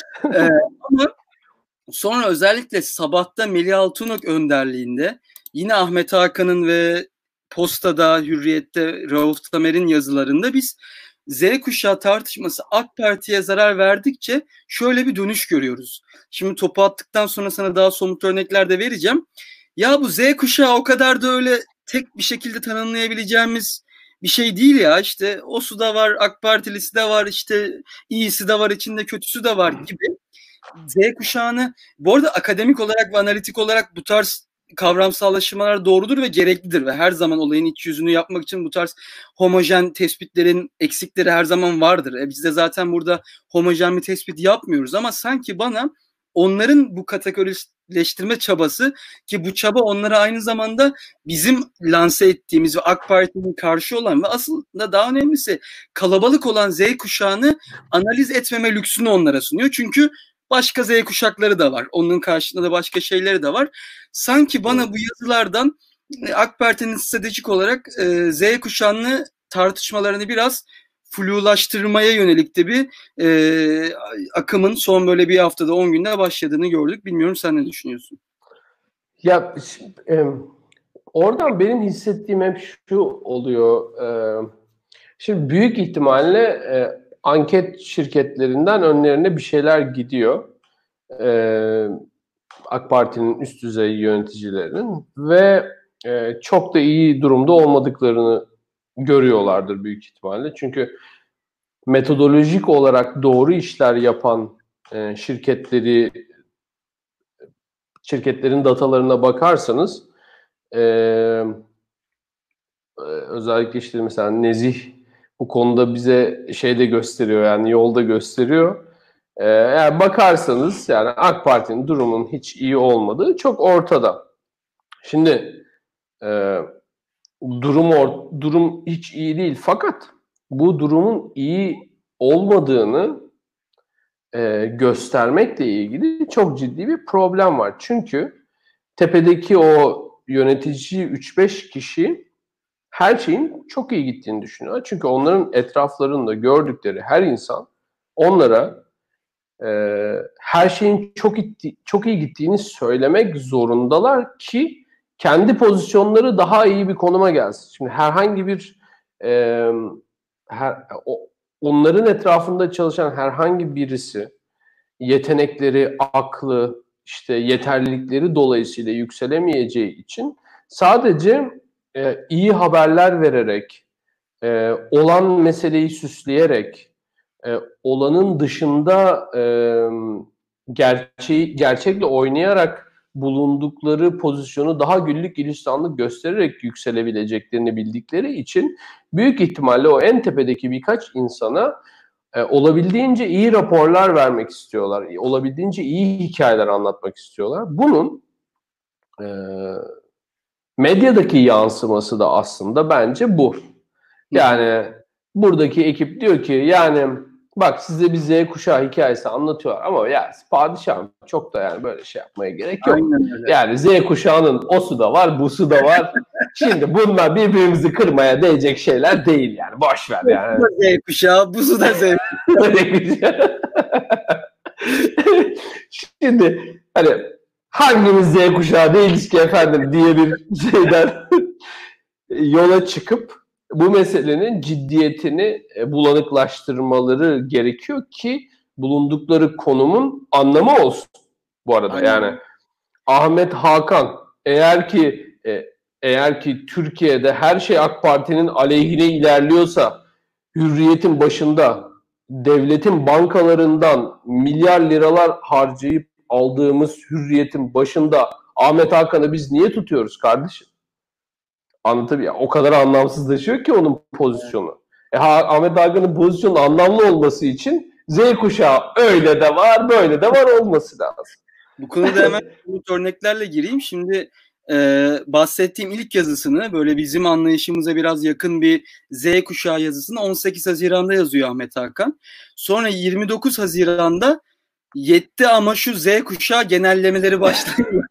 Ama sonra özellikle Sabah'ta Melih Altınok önderliğinde yine Ahmet Hakan'ın ve Posta'da, Hürriyet'te Rauf Tamer'in yazılarında biz Z kuşağı tartışması AK Parti'ye zarar verdikçe şöyle bir dönüş görüyoruz. Şimdi topu attıktan sonra sana daha somut örnekler de vereceğim. Ya bu Z kuşağı o kadar da öyle tek bir şekilde tanımlayabileceğimiz bir şey değil ya. İşte o su da var, AK Partilisi de var, işte iyisi de var, içinde kötüsü de var gibi. Z kuşağını bu arada akademik olarak ve analitik olarak bu tarz kavramsallaşmalar doğrudur ve gereklidir ve her zaman olayın iç yüzünü yapmak için bu tarz homojen tespitlerin eksikleri her zaman vardır. Biz de zaten burada homojen bir tespit yapmıyoruz ama sanki bana onların bu kategorileştirme çabası, ki bu çaba onlara aynı zamanda bizim lanse ettiğimiz ve AK Parti'nin karşı olan ve aslında daha önemlisi kalabalık olan Z kuşağını analiz etmeme lüksünü onlara sunuyor. Çünkü başka Z kuşakları da var. Onun karşısında da başka şeyleri de var. Sanki bana bu yazılardan AK Parti'nin stratejik olarak Z kuşağını tartışmalarını biraz flulaştırmaya yönelik de bir akımın son böyle bir haftada 10 günde başladığını gördük. Bilmiyorum sen ne düşünüyorsun? Ya oradan benim hissettiğim hep şu oluyor. Şimdi büyük ihtimalle anket şirketlerinden önlerine bir şeyler gidiyor. AK Parti'nin üst düzey yöneticilerinin ve çok da iyi durumda olmadıklarını görüyorlardır büyük ihtimalle. Çünkü metodolojik olarak doğru işler yapan şirketlerin datalarına bakarsanız özellikle işte mesela Nezih bu konuda bize şey de gösteriyor, yani yolda gösteriyor. Yani bakarsanız yani AK Parti'nin durumunun hiç iyi olmadığı çok ortada. Şimdi durum hiç iyi değil, fakat bu durumun iyi olmadığını göstermekle ilgili çok ciddi bir problem var. Çünkü tepedeki o yönetici 3-5 kişi her şeyin çok iyi gittiğini düşünüyor. Çünkü onların etraflarında gördükleri her insan onlara her şeyin çok iyi gittiğini söylemek zorundalar ki kendi pozisyonları daha iyi bir konuma gelsin. Şimdi herhangi bir onların etrafında çalışan herhangi birisi yetenekleri, aklı, işte yeterlilikleri dolayısıyla yükselemeyeceği için sadece iyi haberler vererek, olan meseleyi süsleyerek, olanın dışında gerçekle oynayarak bulundukları pozisyonu daha güllük gülistanlık göstererek yükselebileceklerini bildikleri için büyük ihtimalle o en tepedeki birkaç insana olabildiğince iyi raporlar vermek istiyorlar. Olabildiğince iyi hikayeler anlatmak istiyorlar. Bunun medyadaki yansıması da aslında bence bu. Yani buradaki ekip diyor ki yani bak size bir Z kuşağı hikayesi anlatıyorlar ama ya padişahım çok da yani böyle şey yapmaya gerek yok. Yani Z kuşağının osu da var, busu da var. Şimdi bunlar birbirimizi kırmaya değecek şeyler değil yani. Boş ver yani. Z kuşağı, busu da Z kuşağı. Şimdi hani hangimiz Z kuşağı değiliz ki efendim diye bir şeyden yola çıkıp bu meselenin ciddiyetini bulanıklaştırmaları gerekiyor ki bulundukları konumun anlamı olsun bu arada. Aynen. Yani Ahmet Hakan eğer ki Türkiye'de her şey AK Parti'nin aleyhine ilerliyorsa Hürriyet'in başında devletin bankalarından milyar liralar harcayıp aldığımız Hürriyet'in başında Ahmet Hakan'ı biz niye tutuyoruz kardeşim? Anlatabiliyor. O kadar anlamsızlaşıyor ki onun pozisyonu. Ahmet Hakan'ın pozisyonu anlamlı olması için Z kuşağı öyle de var, böyle de var olması lazım. Bu konuda hemen örneklerle gireyim. Şimdi bahsettiğim ilk yazısını böyle bizim anlayışımıza biraz yakın bir Z kuşağı yazısını 18 Haziran'da yazıyor Ahmet Hakan. Sonra 29 Haziran'da yetti ama şu Z kuşağı genellemeleri başlıyor.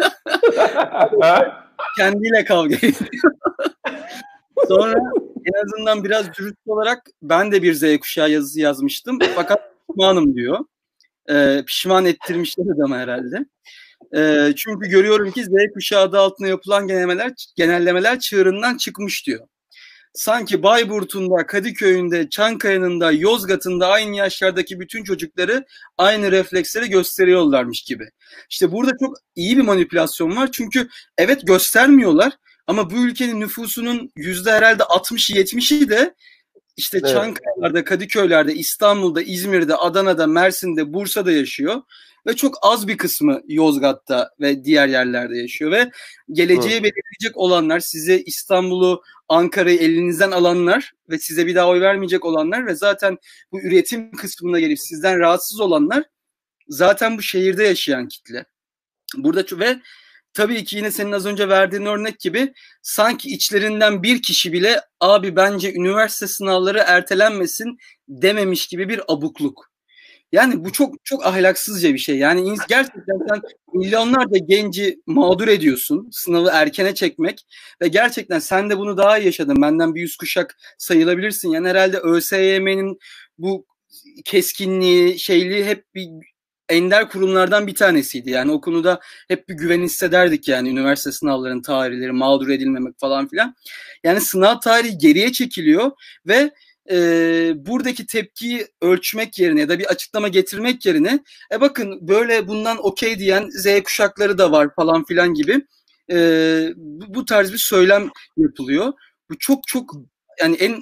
Kendiyle kavga ediyor. Sonra en azından biraz dürüst olarak ben de bir Z kuşağı yazısı yazmıştım. Fakat pişmanım diyor. Pişman ettirmişler adamı herhalde. Çünkü görüyorum ki Z kuşağı adı altında yapılan genellemeler çığırından çıkmış diyor. Sanki Bayburt'unda, Kadıköy'ünde, Çankaya'nın da, Yozgat'ın da aynı yaşlardaki bütün çocukları aynı refleksleri gösteriyorlarmış gibi. İşte burada çok iyi bir manipülasyon var. Çünkü evet göstermiyorlar ama bu ülkenin nüfusunun herhalde 60-70'i de işte evet. Çankaya'larda, Kadıköy'lerde, İstanbul'da, İzmir'de, Adana'da, Mersin'de, Bursa'da yaşıyor. Ve çok az bir kısmı Yozgat'ta ve diğer yerlerde yaşıyor. Ve geleceği belirleyecek olanlar, size İstanbul'u, Ankara'yı elinizden alanlar ve size bir daha oy vermeyecek olanlar ve zaten bu üretim kısmına gelip sizden rahatsız olanlar zaten bu şehirde yaşayan kitle. Burada ve tabii ki yine senin az önce verdiğin örnek gibi sanki içlerinden bir kişi bile abi bence üniversite sınavları ertelenmesin dememiş gibi bir abukluk. Yani bu çok çok ahlaksızca bir şey. Yani gerçekten sen milyonlarca genci mağdur ediyorsun. Sınavı erkene çekmek ve gerçekten sen de bunu daha iyi yaşadın. Benden bir yüz kuşak sayılabilirsin. Yani herhalde ÖSYM'nin bu keskinliği, şeyliği hep bir ender kurumlardan bir tanesiydi. Yani o konuda hep bir güven hissederdik yani üniversite sınavlarının tarihleri, mağdur edilmemek falan filan. Yani sınav tarihi geriye çekiliyor ve buradaki tepkiyi ölçmek yerine ya da bir açıklama getirmek yerine bakın böyle bundan okey diyen Z kuşakları da var falan filan gibi bu tarz bir söylem yapılıyor. Bu çok çok yani en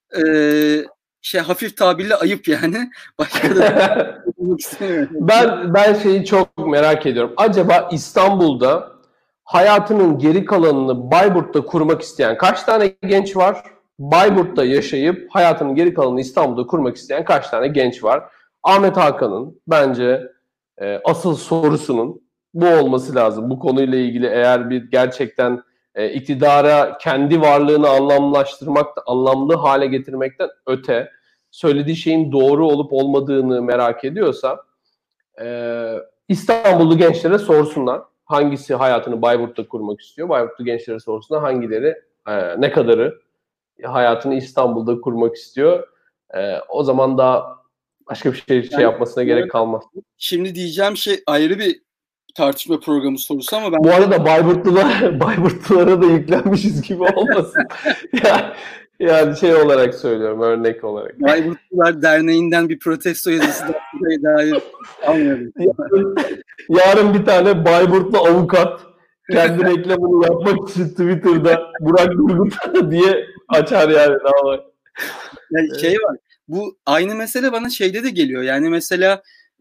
hafif tabirle ayıp yani. Başka da ben şeyi çok merak ediyorum. Acaba İstanbul'da hayatının geri kalanını Bayburt'ta kurmak isteyen kaç tane genç var? Bayburt'ta yaşayıp hayatının geri kalanını İstanbul'da kurmak isteyen kaç tane genç var? Ahmet Hakan'ın bence asıl sorusunun bu olması lazım. Bu konuyla ilgili eğer bir gerçekten iktidara kendi varlığını anlamlı hale getirmekten öte söylediği şeyin doğru olup olmadığını merak ediyorsa İstanbullu gençlere sorsunlar. Hangisi hayatını Bayburt'ta kurmak istiyor? Bayburtlu gençlere sorsunlar. Hangileri ne kadarı hayatını İstanbul'da kurmak istiyor. O zaman da başka bir şey yapmasına gerek kalmaz. Şimdi diyeceğim şey ayrı bir tartışma programı sorusu ama ben... Bu arada Bayburtlulara da yüklenmişiz gibi olmasın. Yani şey olarak söylüyorum, örnek olarak. Bayburtlular Derneği'nden bir protesto yazısı da dair anlıyorum. Yarın bir tane Bayburtlu avukat kendi reklamını yapmak için Twitter'da Burak Durgut diye açar yani. Yani şey var. Bu aynı mesele bana şeyde de geliyor. Yani mesela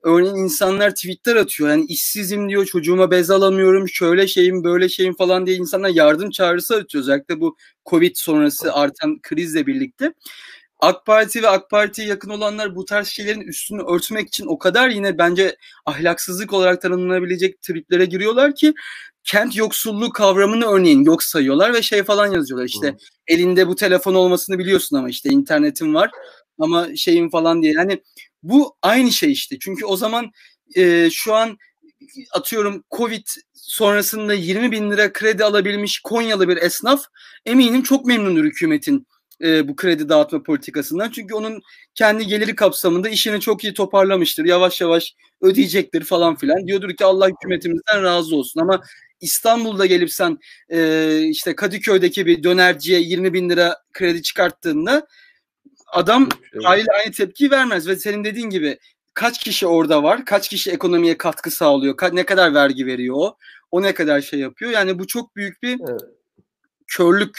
Örneğin insanlar tweetler atıyor. Yani işsizim diyor, çocuğuma bez alamıyorum, şöyle şeyim, böyle şeyim falan diye insanlar yardım çağrısı atıyor. Özellikle bu Covid sonrası artan krizle birlikte. AK Parti ve AK Parti'ye yakın olanlar bu tarz şeylerin üstünü örtmek için o kadar yine bence ahlaksızlık olarak tanımlanabilecek triplere giriyorlar ki kent yoksulluğu kavramını örneğin yok sayıyorlar ve şey falan yazıyorlar. İşte elinde bu telefon olmasını biliyorsun ama işte internetin var ama şeyin falan diye. Yani bu aynı şey işte. Çünkü o zaman şu an atıyorum Covid sonrasında 20 bin lira kredi alabilmiş Konyalı bir esnaf eminim çok memnundur hükümetin bu kredi dağıtma politikasından. Çünkü onun kendi geliri kapsamında işini çok iyi toparlamıştır. Yavaş yavaş ödeyecektir falan filan. Diyordur ki Allah hükümetimizden razı olsun. Ama İstanbul'da gelip sen işte Kadıköy'deki bir dönerciye 20 bin lira kredi çıkarttığında adam aynı tepkiyi vermez. Ve senin dediğin gibi kaç kişi orada var? Kaç kişi ekonomiye katkı sağlıyor? Ne kadar vergi veriyor o? O ne kadar şey yapıyor? Yani bu çok büyük bir körlük.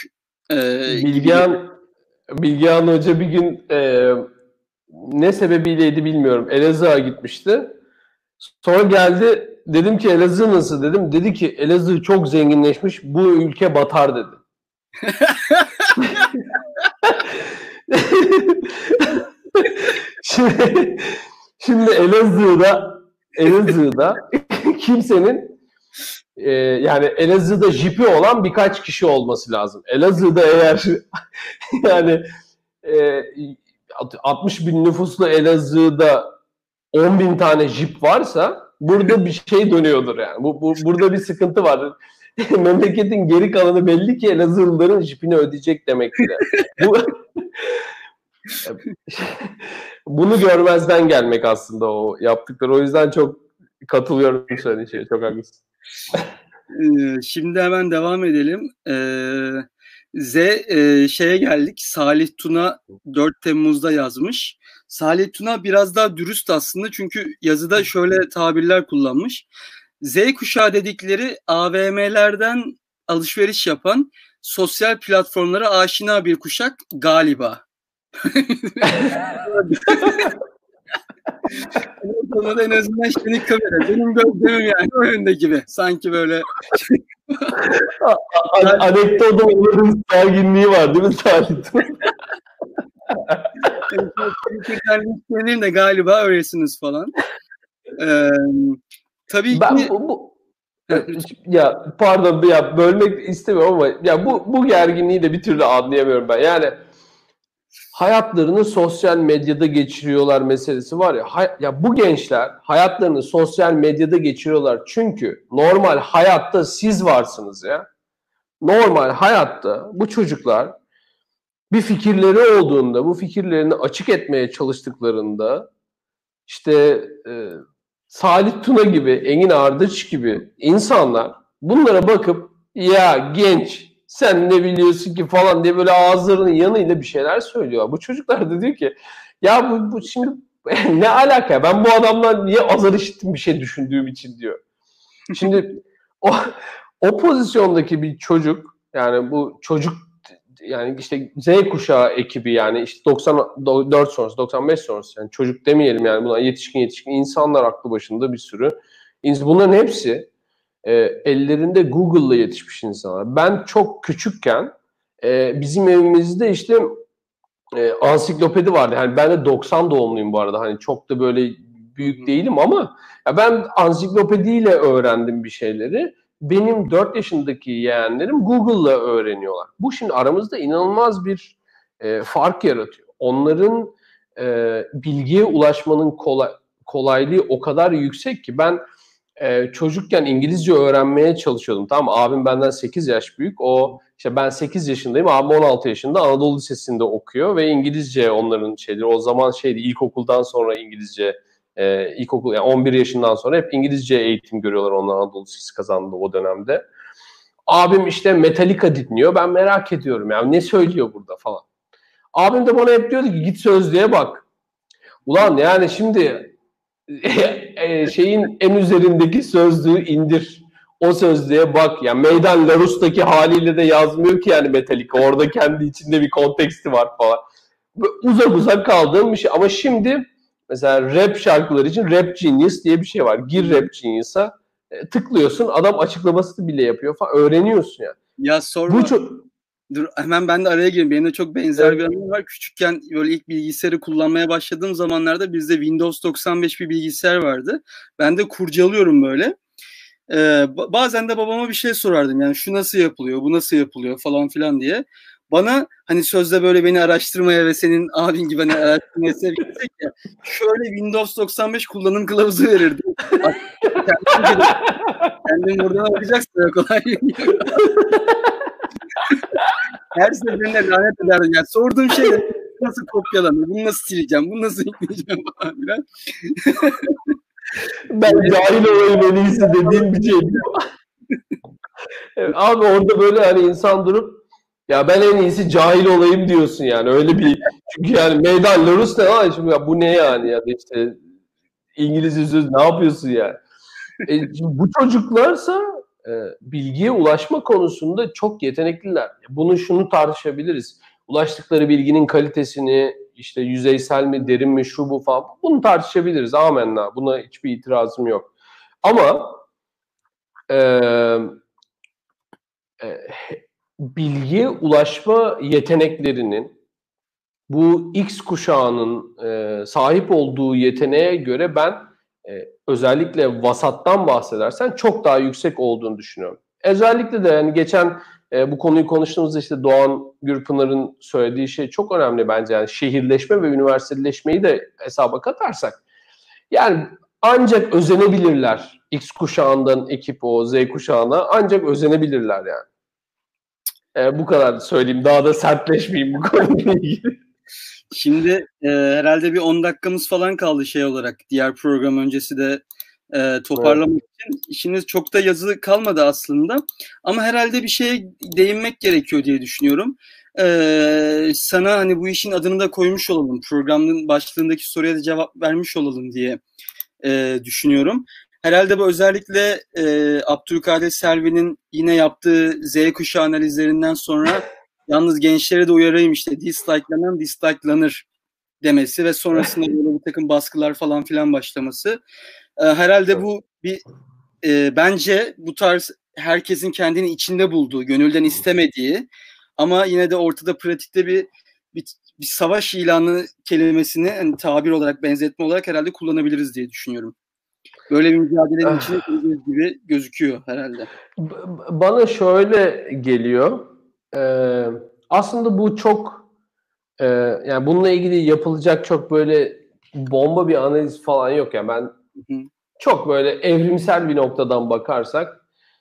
Bilgehan Hoca bir gün ne sebebiyleydi bilmiyorum. Elazığ'a gitmişti. Sonra geldi. Dedim ki Elazığ nasıl dedim. Dedi ki Elazığ çok zenginleşmiş. Bu ülke batar dedi. Şimdi Elazığ'da kimsenin yani Elazığ'da jipi olan birkaç kişi olması lazım. Elazığ'da eğer yani 60 bin nüfuslu Elazığ'da 10 bin tane jip varsa burada bir şey dönüyordur yani. Burada bir sıkıntı var. Memleketin geri kalanı belli ki Elazığlıların jipini ödeyecek demektir. Bunu görmezden gelmek aslında o yaptıkları. O yüzden çok katılıyorum söylediğin şeye. Çok haklısın. Şimdi hemen devam edelim. Şeye geldik. Salih Tuna 4 Temmuz'da yazmış. Salih Tuna biraz daha dürüst aslında çünkü yazıda şöyle tabirler kullanmış. Z kuşağı dedikleri AVM'lerden alışveriş yapan sosyal platformlara aşina bir kuşak galiba. Ona da en azından şenik kamera. Benim gözlemim yani o yönde gibi. Sanki böyle anekdota onların gerginliği var değil mi Salih? Twitter'den de galiba öylesiniz falan. Tabii ki ya pardon ya bölmek istemiyorum ama ya bu gerginliği de bir türlü anlayamıyorum ben. Yani hayatlarını sosyal medyada geçiriyorlar meselesi var ya. Ya bu gençler hayatlarını sosyal medyada geçiriyorlar çünkü normal hayatta siz varsınız ya. Normal hayatta bu çocuklar bir fikirleri olduğunda, bu fikirlerini açık etmeye çalıştıklarında işte Salih Tuna gibi, Engin Ardıç gibi insanlar bunlara bakıp ya genç sen ne biliyorsun ki falan diye böyle ağızlarının yanıyla bir şeyler söylüyor. Bu çocuklar da diyor ki ya bu şimdi ne alaka? Ben bu adamdan niye azar işittim bir şey düşündüğüm için diyor. Şimdi o pozisyondaki bir çocuk yani bu çocuk yani işte Z kuşağı ekibi yani işte 94 sonrası 95 sonrası yani çocuk demeyelim yani buna yetişkin insanlar aklı başında bir sürü. Bunların hepsi ellerinde Google'la yetişmiş insanlar. Ben çok küçükken bizim evimizde işte ansiklopedi vardı. Yani ben de 90 doğumluyum bu arada. Hani çok da böyle büyük değilim ama ya ben ansiklopediyle öğrendim bir şeyleri. Benim 4 yaşındaki yeğenlerim Google'la öğreniyorlar. Bu şimdi aramızda inanılmaz bir fark yaratıyor. Onların bilgiye ulaşmanın kolaylığı o kadar yüksek ki ben çocukken İngilizce öğrenmeye çalışıyordum. Tamam abim benden 8 yaş büyük. İşte ben 8 yaşındayım. Abim 16 yaşında Anadolu Lisesi'nde okuyor ve İngilizce onların şeyleri. O zaman ilkokuldan sonra İngilizce ilkokul yani 11 yaşından sonra hep İngilizce eğitim görüyorlar onlar Anadolu Lisesi kazandı o dönemde. Abim işte Metallica dinliyor. Ben merak ediyorum yani ne söylüyor burada falan. Abim de bana hep diyordu ki git sözlüğe bak. Ulan yani şimdi şeyin en üzerindeki sözlüğü indir. O sözlüğe bak. Yani Meydan Larus'taki haliyle de yazmıyor ki yani Metallica. Orada kendi içinde bir konteksti var falan. Uzak kaldığım bir şey. Ama şimdi Mesela rap şarkılar için Rap Genius diye bir şey var. Gir Rap Genius'a, tıklıyorsun, adam açıklamasını bile yapıyor falan. Öğreniyorsun yani. Ya sorma. Dur hemen ben de araya gireyim. Benim de çok benzer bir anım var. Küçükken böyle ilk bilgisayarı kullanmaya başladığım zamanlarda bizde Windows 95 bir bilgisayar vardı. Ben de kurcalıyorum böyle. Bazen de babama bir şey sorardım. Yani şu nasıl yapılıyor, bu nasıl yapılıyor falan filan diye. Bana hani sözde böyle beni araştırmaya ve senin abin gibi hani araştırmaya sevk etsek ya, şöyle Windows 95 kullanım kılavuzu verirdi. Kendin buradan okuyacaksın. Kolay değil. Her seferinde lanet ederdim. Yani sorduğum şey nasıl kopyalanır, bunu nasıl sileceğim, bunu nasıl ekleyeceğim falan filan. Ben cahil olayım en iyisi dediğim bir şey. Evet, abi orada böyle hani insan durup ya ben en iyisi cahil olayım diyorsun yani. Öyle bir, çünkü yani meydan Larus ne lan şimdi, ya bu ne yani, ya da işte İngilizce söz ne yapıyorsun yani. Bu çocuklarsa bilgiye ulaşma konusunda çok yetenekliler. Bunu şunu tartışabiliriz. Ulaştıkları bilginin kalitesini, işte yüzeysel mi, derin mi, şu bu falan, bunu tartışabiliriz. Amenna. Buna hiçbir itirazım yok. Ama bilgiye ulaşma yeteneklerinin bu X kuşağının sahip olduğu yeteneğe göre ben özellikle vasattan bahsedersen çok daha yüksek olduğunu düşünüyorum. Özellikle de yani geçen bu konuyu konuştuğumuzda işte Doğan Gürpınar'ın söylediği şey çok önemli bence. Yani şehirleşme ve üniversiteleşmeyi de hesaba katarsak. Yani ancak özenebilirler. X kuşağından ekip o Z kuşağına ancak özenebilirler yani. Bu kadar söyleyeyim. Daha da sertleşmeyeyim bu konuyla ilgili. Şimdi herhalde bir 10 dakikamız falan kaldı şey olarak. Diğer program öncesi de toparlamak için. İşiniz çok da yazılı kalmadı aslında. Ama herhalde bir şeye değinmek gerekiyor diye düşünüyorum. Sana hani bu işin adını da koymuş olalım. Programın başlığındaki soruya da cevap vermiş olalım diye düşünüyorum. Herhalde bu özellikle Abdülkadir Selvi'nin yine yaptığı Z kuşağı analizlerinden sonra yalnız gençlere de uyarayım işte dislike'lanan dislike'lanır demesi ve sonrasında böyle bir takım baskılar falan filan başlaması. Herhalde bu bir bence bu tarz herkesin kendini içinde bulduğu, gönülden istemediği ama yine de ortada pratikte bir savaş ilanı kelimesini hani tabir olarak, benzetme olarak herhalde kullanabiliriz diye düşünüyorum. Böyle bir mücadelenin içine girdiğiniz gibi gözüküyor herhalde. Bana şöyle geliyor. Aslında bu çok yani bununla ilgili yapılacak çok böyle bomba bir analiz falan yok. Yani ben çok böyle evrimsel bir noktadan bakarsak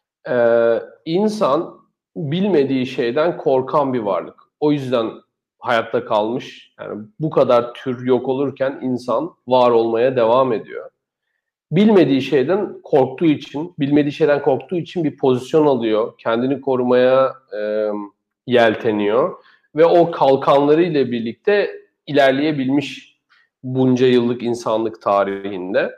insan bilmediği şeyden korkan bir varlık. O yüzden hayatta kalmış. Yani bu kadar tür yok olurken insan var olmaya devam ediyor. Bilmediği şeyden korktuğu için bir pozisyon alıyor. Kendini korumaya yelteniyor. Ve o kalkanlarıyla birlikte ilerleyebilmiş bunca yıllık insanlık tarihinde.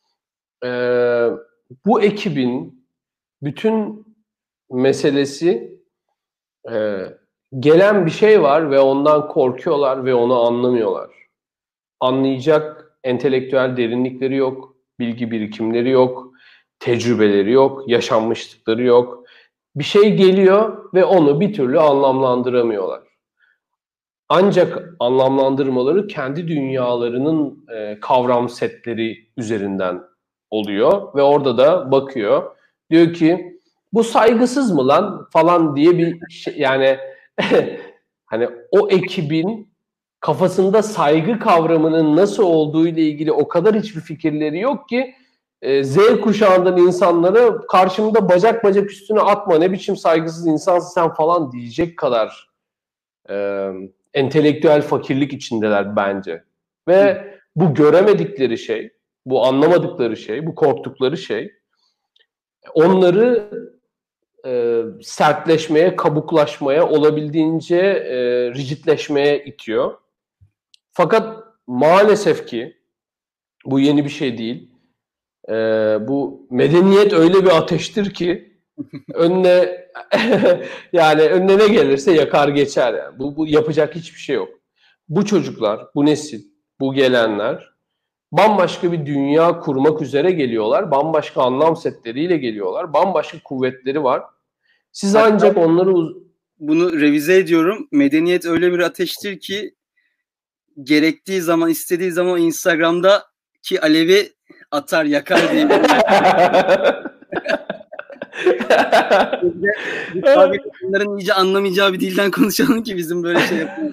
Bu ekibin bütün meselesi gelen bir şey var ve ondan korkuyorlar ve onu anlamıyorlar. Anlayacak entelektüel derinlikleri yok, bilgi birikimleri yok, tecrübeleri yok, yaşanmışlıkları yok. Bir şey geliyor ve onu bir türlü anlamlandıramıyorlar. Ancak anlamlandırmaları kendi dünyalarının kavram setleri üzerinden oluyor ve orada da bakıyor. Diyor ki bu saygısız mı lan falan diye bir şey, yani hani o ekibin kafasında saygı kavramının nasıl olduğu ile ilgili o kadar hiçbir fikirleri yok ki Z kuşağından insanlara karşımda bacak bacak üstüne atma, ne biçim saygısız insansın sen falan diyecek kadar entelektüel fakirlik içindeler bence. Ve bu göremedikleri şey, bu anlamadıkları şey, bu korktukları şey onları sertleşmeye, kabuklaşmaya, olabildiğince rigidleşmeye itiyor. Fakat maalesef ki bu yeni bir şey değil. Bu medeniyet öyle bir ateştir ki önüne yani önüne ne gelirse yakar geçer yani. Bu yapacak hiçbir şey yok. Bu çocuklar, bu nesil, bu gelenler bambaşka bir dünya kurmak üzere geliyorlar. Bambaşka anlam setleriyle geliyorlar. Bambaşka kuvvetleri var. Siz Hatta ancak onları bunu revize ediyorum. Medeniyet öyle bir ateştir ki gerektiği zaman, istediği zaman Instagram'daki alevi atar, yakar diye. Bunların iyice anlamayacağı bir dilden konuşalım ki bizim böyle şey yapalım.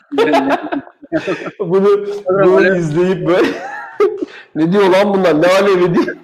bunu izleyip böyle ne diyor lan bunlar, ne alevi diye.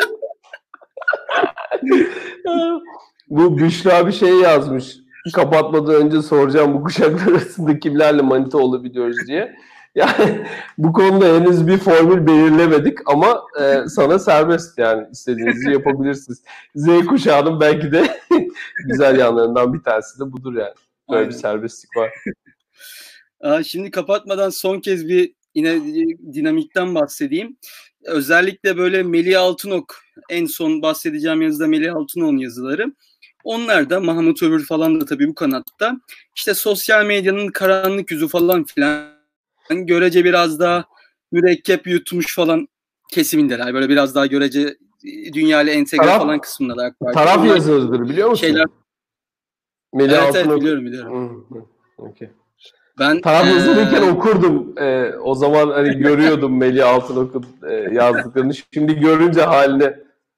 Bu Büşra bir şey yazmış. Kapatmadan önce soracağım, bu kuşaklar arasında kimlerle manita olabiliyoruz diye. Yani bu konuda henüz bir formül belirlemedik ama sana serbest, yani istediğinizi yapabilirsiniz. Z kuşağının belki de güzel yanlarından bir tanesi de budur yani. Böyle Aynen. Bir serbestlik var. Şimdi kapatmadan son kez bir yine dinamikten bahsedeyim. Özellikle böyle Melih Altınok, en son bahsedeceğim yazıda Melih Altınok'un yazıları. Onlar da Mahmut Övür falan da tabii bu kanatta. İşte sosyal medyanın karanlık yüzü falan filan, görece biraz daha mürekkep yutmuş falan kesimindeler. Böyle biraz daha görece dünya ile entegre falan kısmındalar. Taraf yazarıdır, biliyor musun? Şeyler... Evet, biliyorum. Okay. Ben taraf yazarıyken okurdum. O zaman hani görüyordum Melih Altınok'un yazdıklarını. Şimdi görünce haline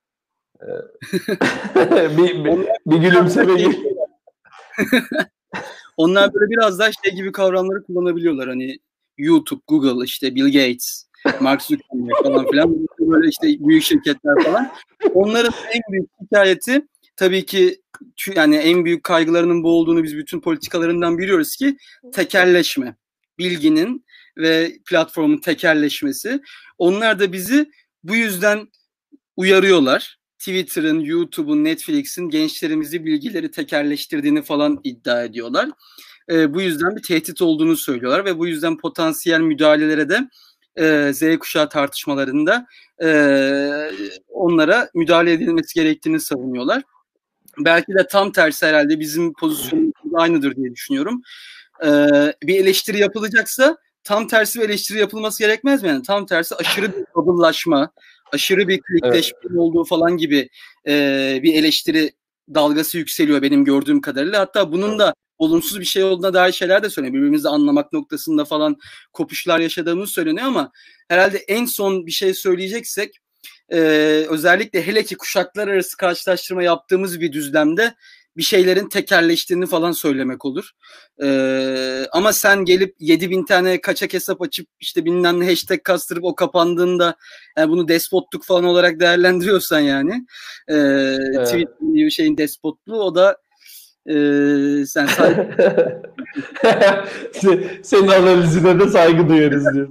bir gülümseme geliyor. Onlar böyle biraz daha şey gibi kavramları kullanabiliyorlar. Hani YouTube, Google, işte Bill Gates, Mark Zuckerberg falan filan. Böyle işte büyük şirketler falan. Onların en büyük hikayeti tabii ki, yani en büyük kaygılarının bu olduğunu biz bütün politikalarından biliyoruz ki tekelleşme. Bilginin ve platformun tekelleşmesi. Onlar da bizi bu yüzden uyarıyorlar. Twitter'ın, YouTube'un, Netflix'in gençlerimizi, bilgileri tekelleştirdiğini falan iddia ediyorlar. Bu yüzden bir tehdit olduğunu söylüyorlar ve bu yüzden potansiyel müdahalelere de Z kuşağı tartışmalarında onlara müdahale edilmesi gerektiğini savunuyorlar. Belki de tam tersi herhalde bizim pozisyonumuz aynıdır diye düşünüyorum. Bir eleştiri yapılacaksa tam tersi bir eleştiri yapılması gerekmez mi? Yani tam tersi aşırı bir kabullaşma, aşırı bir klikleşme olduğu falan gibi bir eleştiri dalgası yükseliyor benim gördüğüm kadarıyla. Hatta bunun da olumsuz bir şey olduğuna dair şeyler de söyleniyor. Birbirimizi anlamak noktasında falan kopuşlar yaşadığımız söyleniyor ama herhalde en son bir şey söyleyeceksek özellikle hele ki kuşaklar arası karşılaştırma yaptığımız bir düzlemde bir şeylerin tekelleştiğini falan söylemek olur. Ama sen gelip 7.000 tane kaçak hesap açıp işte bilmem ne hashtag kastırıp o kapandığında yani bunu despotluk falan olarak değerlendiriyorsan yani Twitter gibi şeyin despotluğu, o da sen senin analizine de saygı duyarız diyorsun.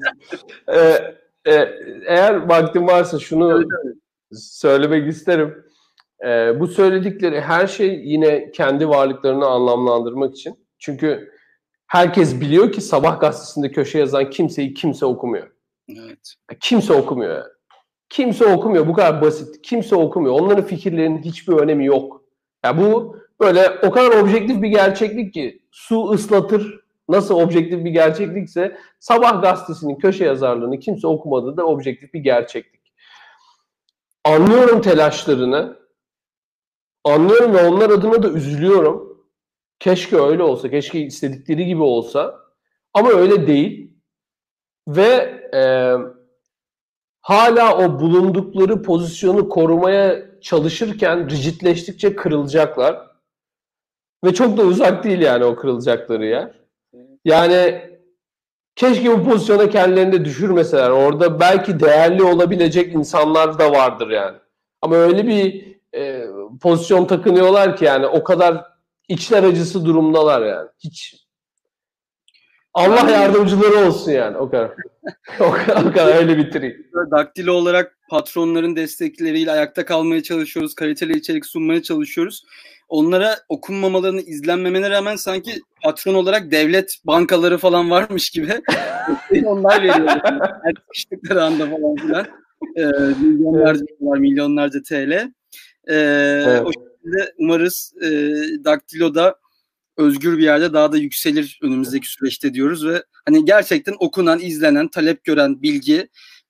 Eğer vaktin varsa şunu söylemek isterim. Bu söyledikleri her şey yine kendi varlıklarını anlamlandırmak için. Çünkü herkes biliyor ki Sabah gazetesinde köşe yazan kimseyi kimse okumuyor. Evet. Kimse okumuyor yani. Kimse okumuyor. Bu kadar basit. Kimse okumuyor. Onların fikirlerinin hiçbir önemi yok. Yani bu böyle o kadar objektif bir gerçeklik ki, su ıslatır nasıl objektif bir gerçeklikse Sabah gazetesinin köşe yazarlığını kimse okumadığı da objektif bir gerçeklik. Anlıyorum telaşlarını. Anlıyorum ve onlar adına da üzülüyorum. Keşke öyle olsa, keşke istedikleri gibi olsa. Ama öyle değil. Ve hala o bulundukları pozisyonu korumaya çalışırken rigidleştikçe kırılacaklar. Ve çok da uzak değil yani o kırılacakları yer. Yani keşke bu pozisyona kendilerini de düşürmeseler. Orada belki değerli olabilecek insanlar da vardır yani. Ama öyle bir pozisyon takınıyorlar ki yani o kadar içler acısı durumdalar yani. Hiç. Allah yardımcıları olsun yani o kadar. o kadar öyle bitireyim. Daktilo olarak patronların destekleriyle ayakta kalmaya çalışıyoruz. Kaliteli içerik sunmaya çalışıyoruz. Onlara okunmamalarını, izlenmemelerine rağmen sanki patron olarak devlet bankaları falan varmış gibi onlar veriyorlar. Her çıktıkları anda falan filan. Milyonlarca dolar, milyonlarca TL. Evet. O şekilde umarız Daktilo'da özgür bir yerde daha da yükselir önümüzdeki süreçte diyoruz ve hani gerçekten okunan, izlenen, talep gören bilgi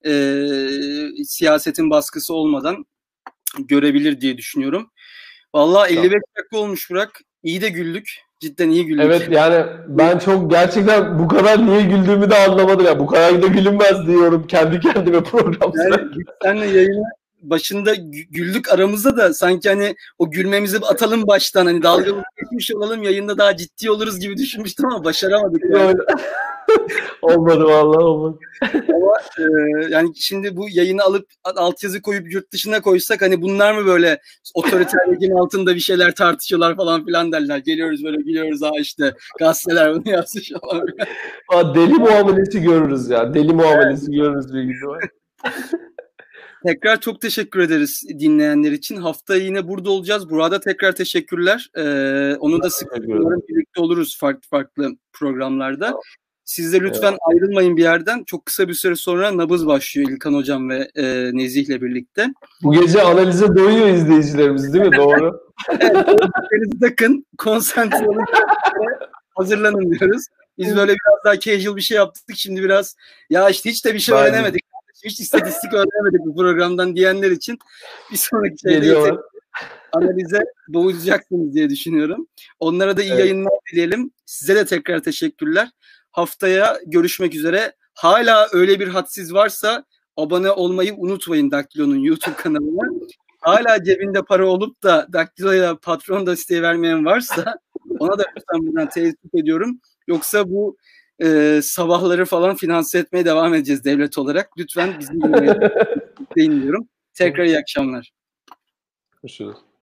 siyasetin baskısı olmadan görebilir diye düşünüyorum. Vallahi 55 dakika olmuş Burak. İyi de güldük. Cidden iyi güldük. Evet yani ben çok gerçekten bu kadar niye güldüğümü de anlamadım. Ya bu kadar da gülünmez diyorum kendi kendime programda. Yani senle yayını başında güldük aramızda da sanki hani o gülmemizi atalım baştan hani dalgalı geçmiş olalım yayında daha ciddi oluruz gibi düşünmüştüm ama başaramadık yani. Olmadı vallahi olmadı. Ama yani şimdi bu yayını alıp altyazı koyup yurt dışına koysak hani bunlar mı böyle otoriter rejim altında bir şeyler tartışıyorlar falan filan derler. Geliyoruz böyle gülüyoruz işte gazeteler bunu yazmış falan. Deli muamelesi görürüz ya. Deli muamelesi görürüz büyük ihtimal. Tekrar çok teşekkür ederiz dinleyenler için. Haftaya yine burada olacağız. Burada tekrar teşekkürler. Onu da sık birlikte oluruz farklı programlarda. Siz de lütfen ayrılmayın bir yerden. Çok kısa bir süre sonra nabız başlıyor İlkan Hocam ve Nezih'le birlikte. Bu gece analize doyuyor izleyicilerimiz değil mi? Doğru. Evet. Takın, konsantre olun. Hazırlanın diyoruz. Biz böyle biraz daha casual bir şey yaptık. Şimdi biraz ya işte hiç de bir şey öğrenemedik. Hiç istatistik öğrenemedik bu programdan diyenler için bir sonraki şeyde analize boğulacaksınız diye düşünüyorum. Onlara da iyi yayınlar dileyelim. Size de tekrar teşekkürler. Haftaya görüşmek üzere. Hala öyle bir hadsiz varsa abone olmayı unutmayın Daktilo'nun YouTube kanalına. Hala cebinde para olup da Daktilo'ya patron desteği vermeyen varsa ona da lütfen buradan teessüf ediyorum. Yoksa bu sabahları falan finanse etmeye devam edeceğiz devlet olarak. Lütfen bizim dinleyin diyorum. Tekrar iyi akşamlar. Görüşürüz.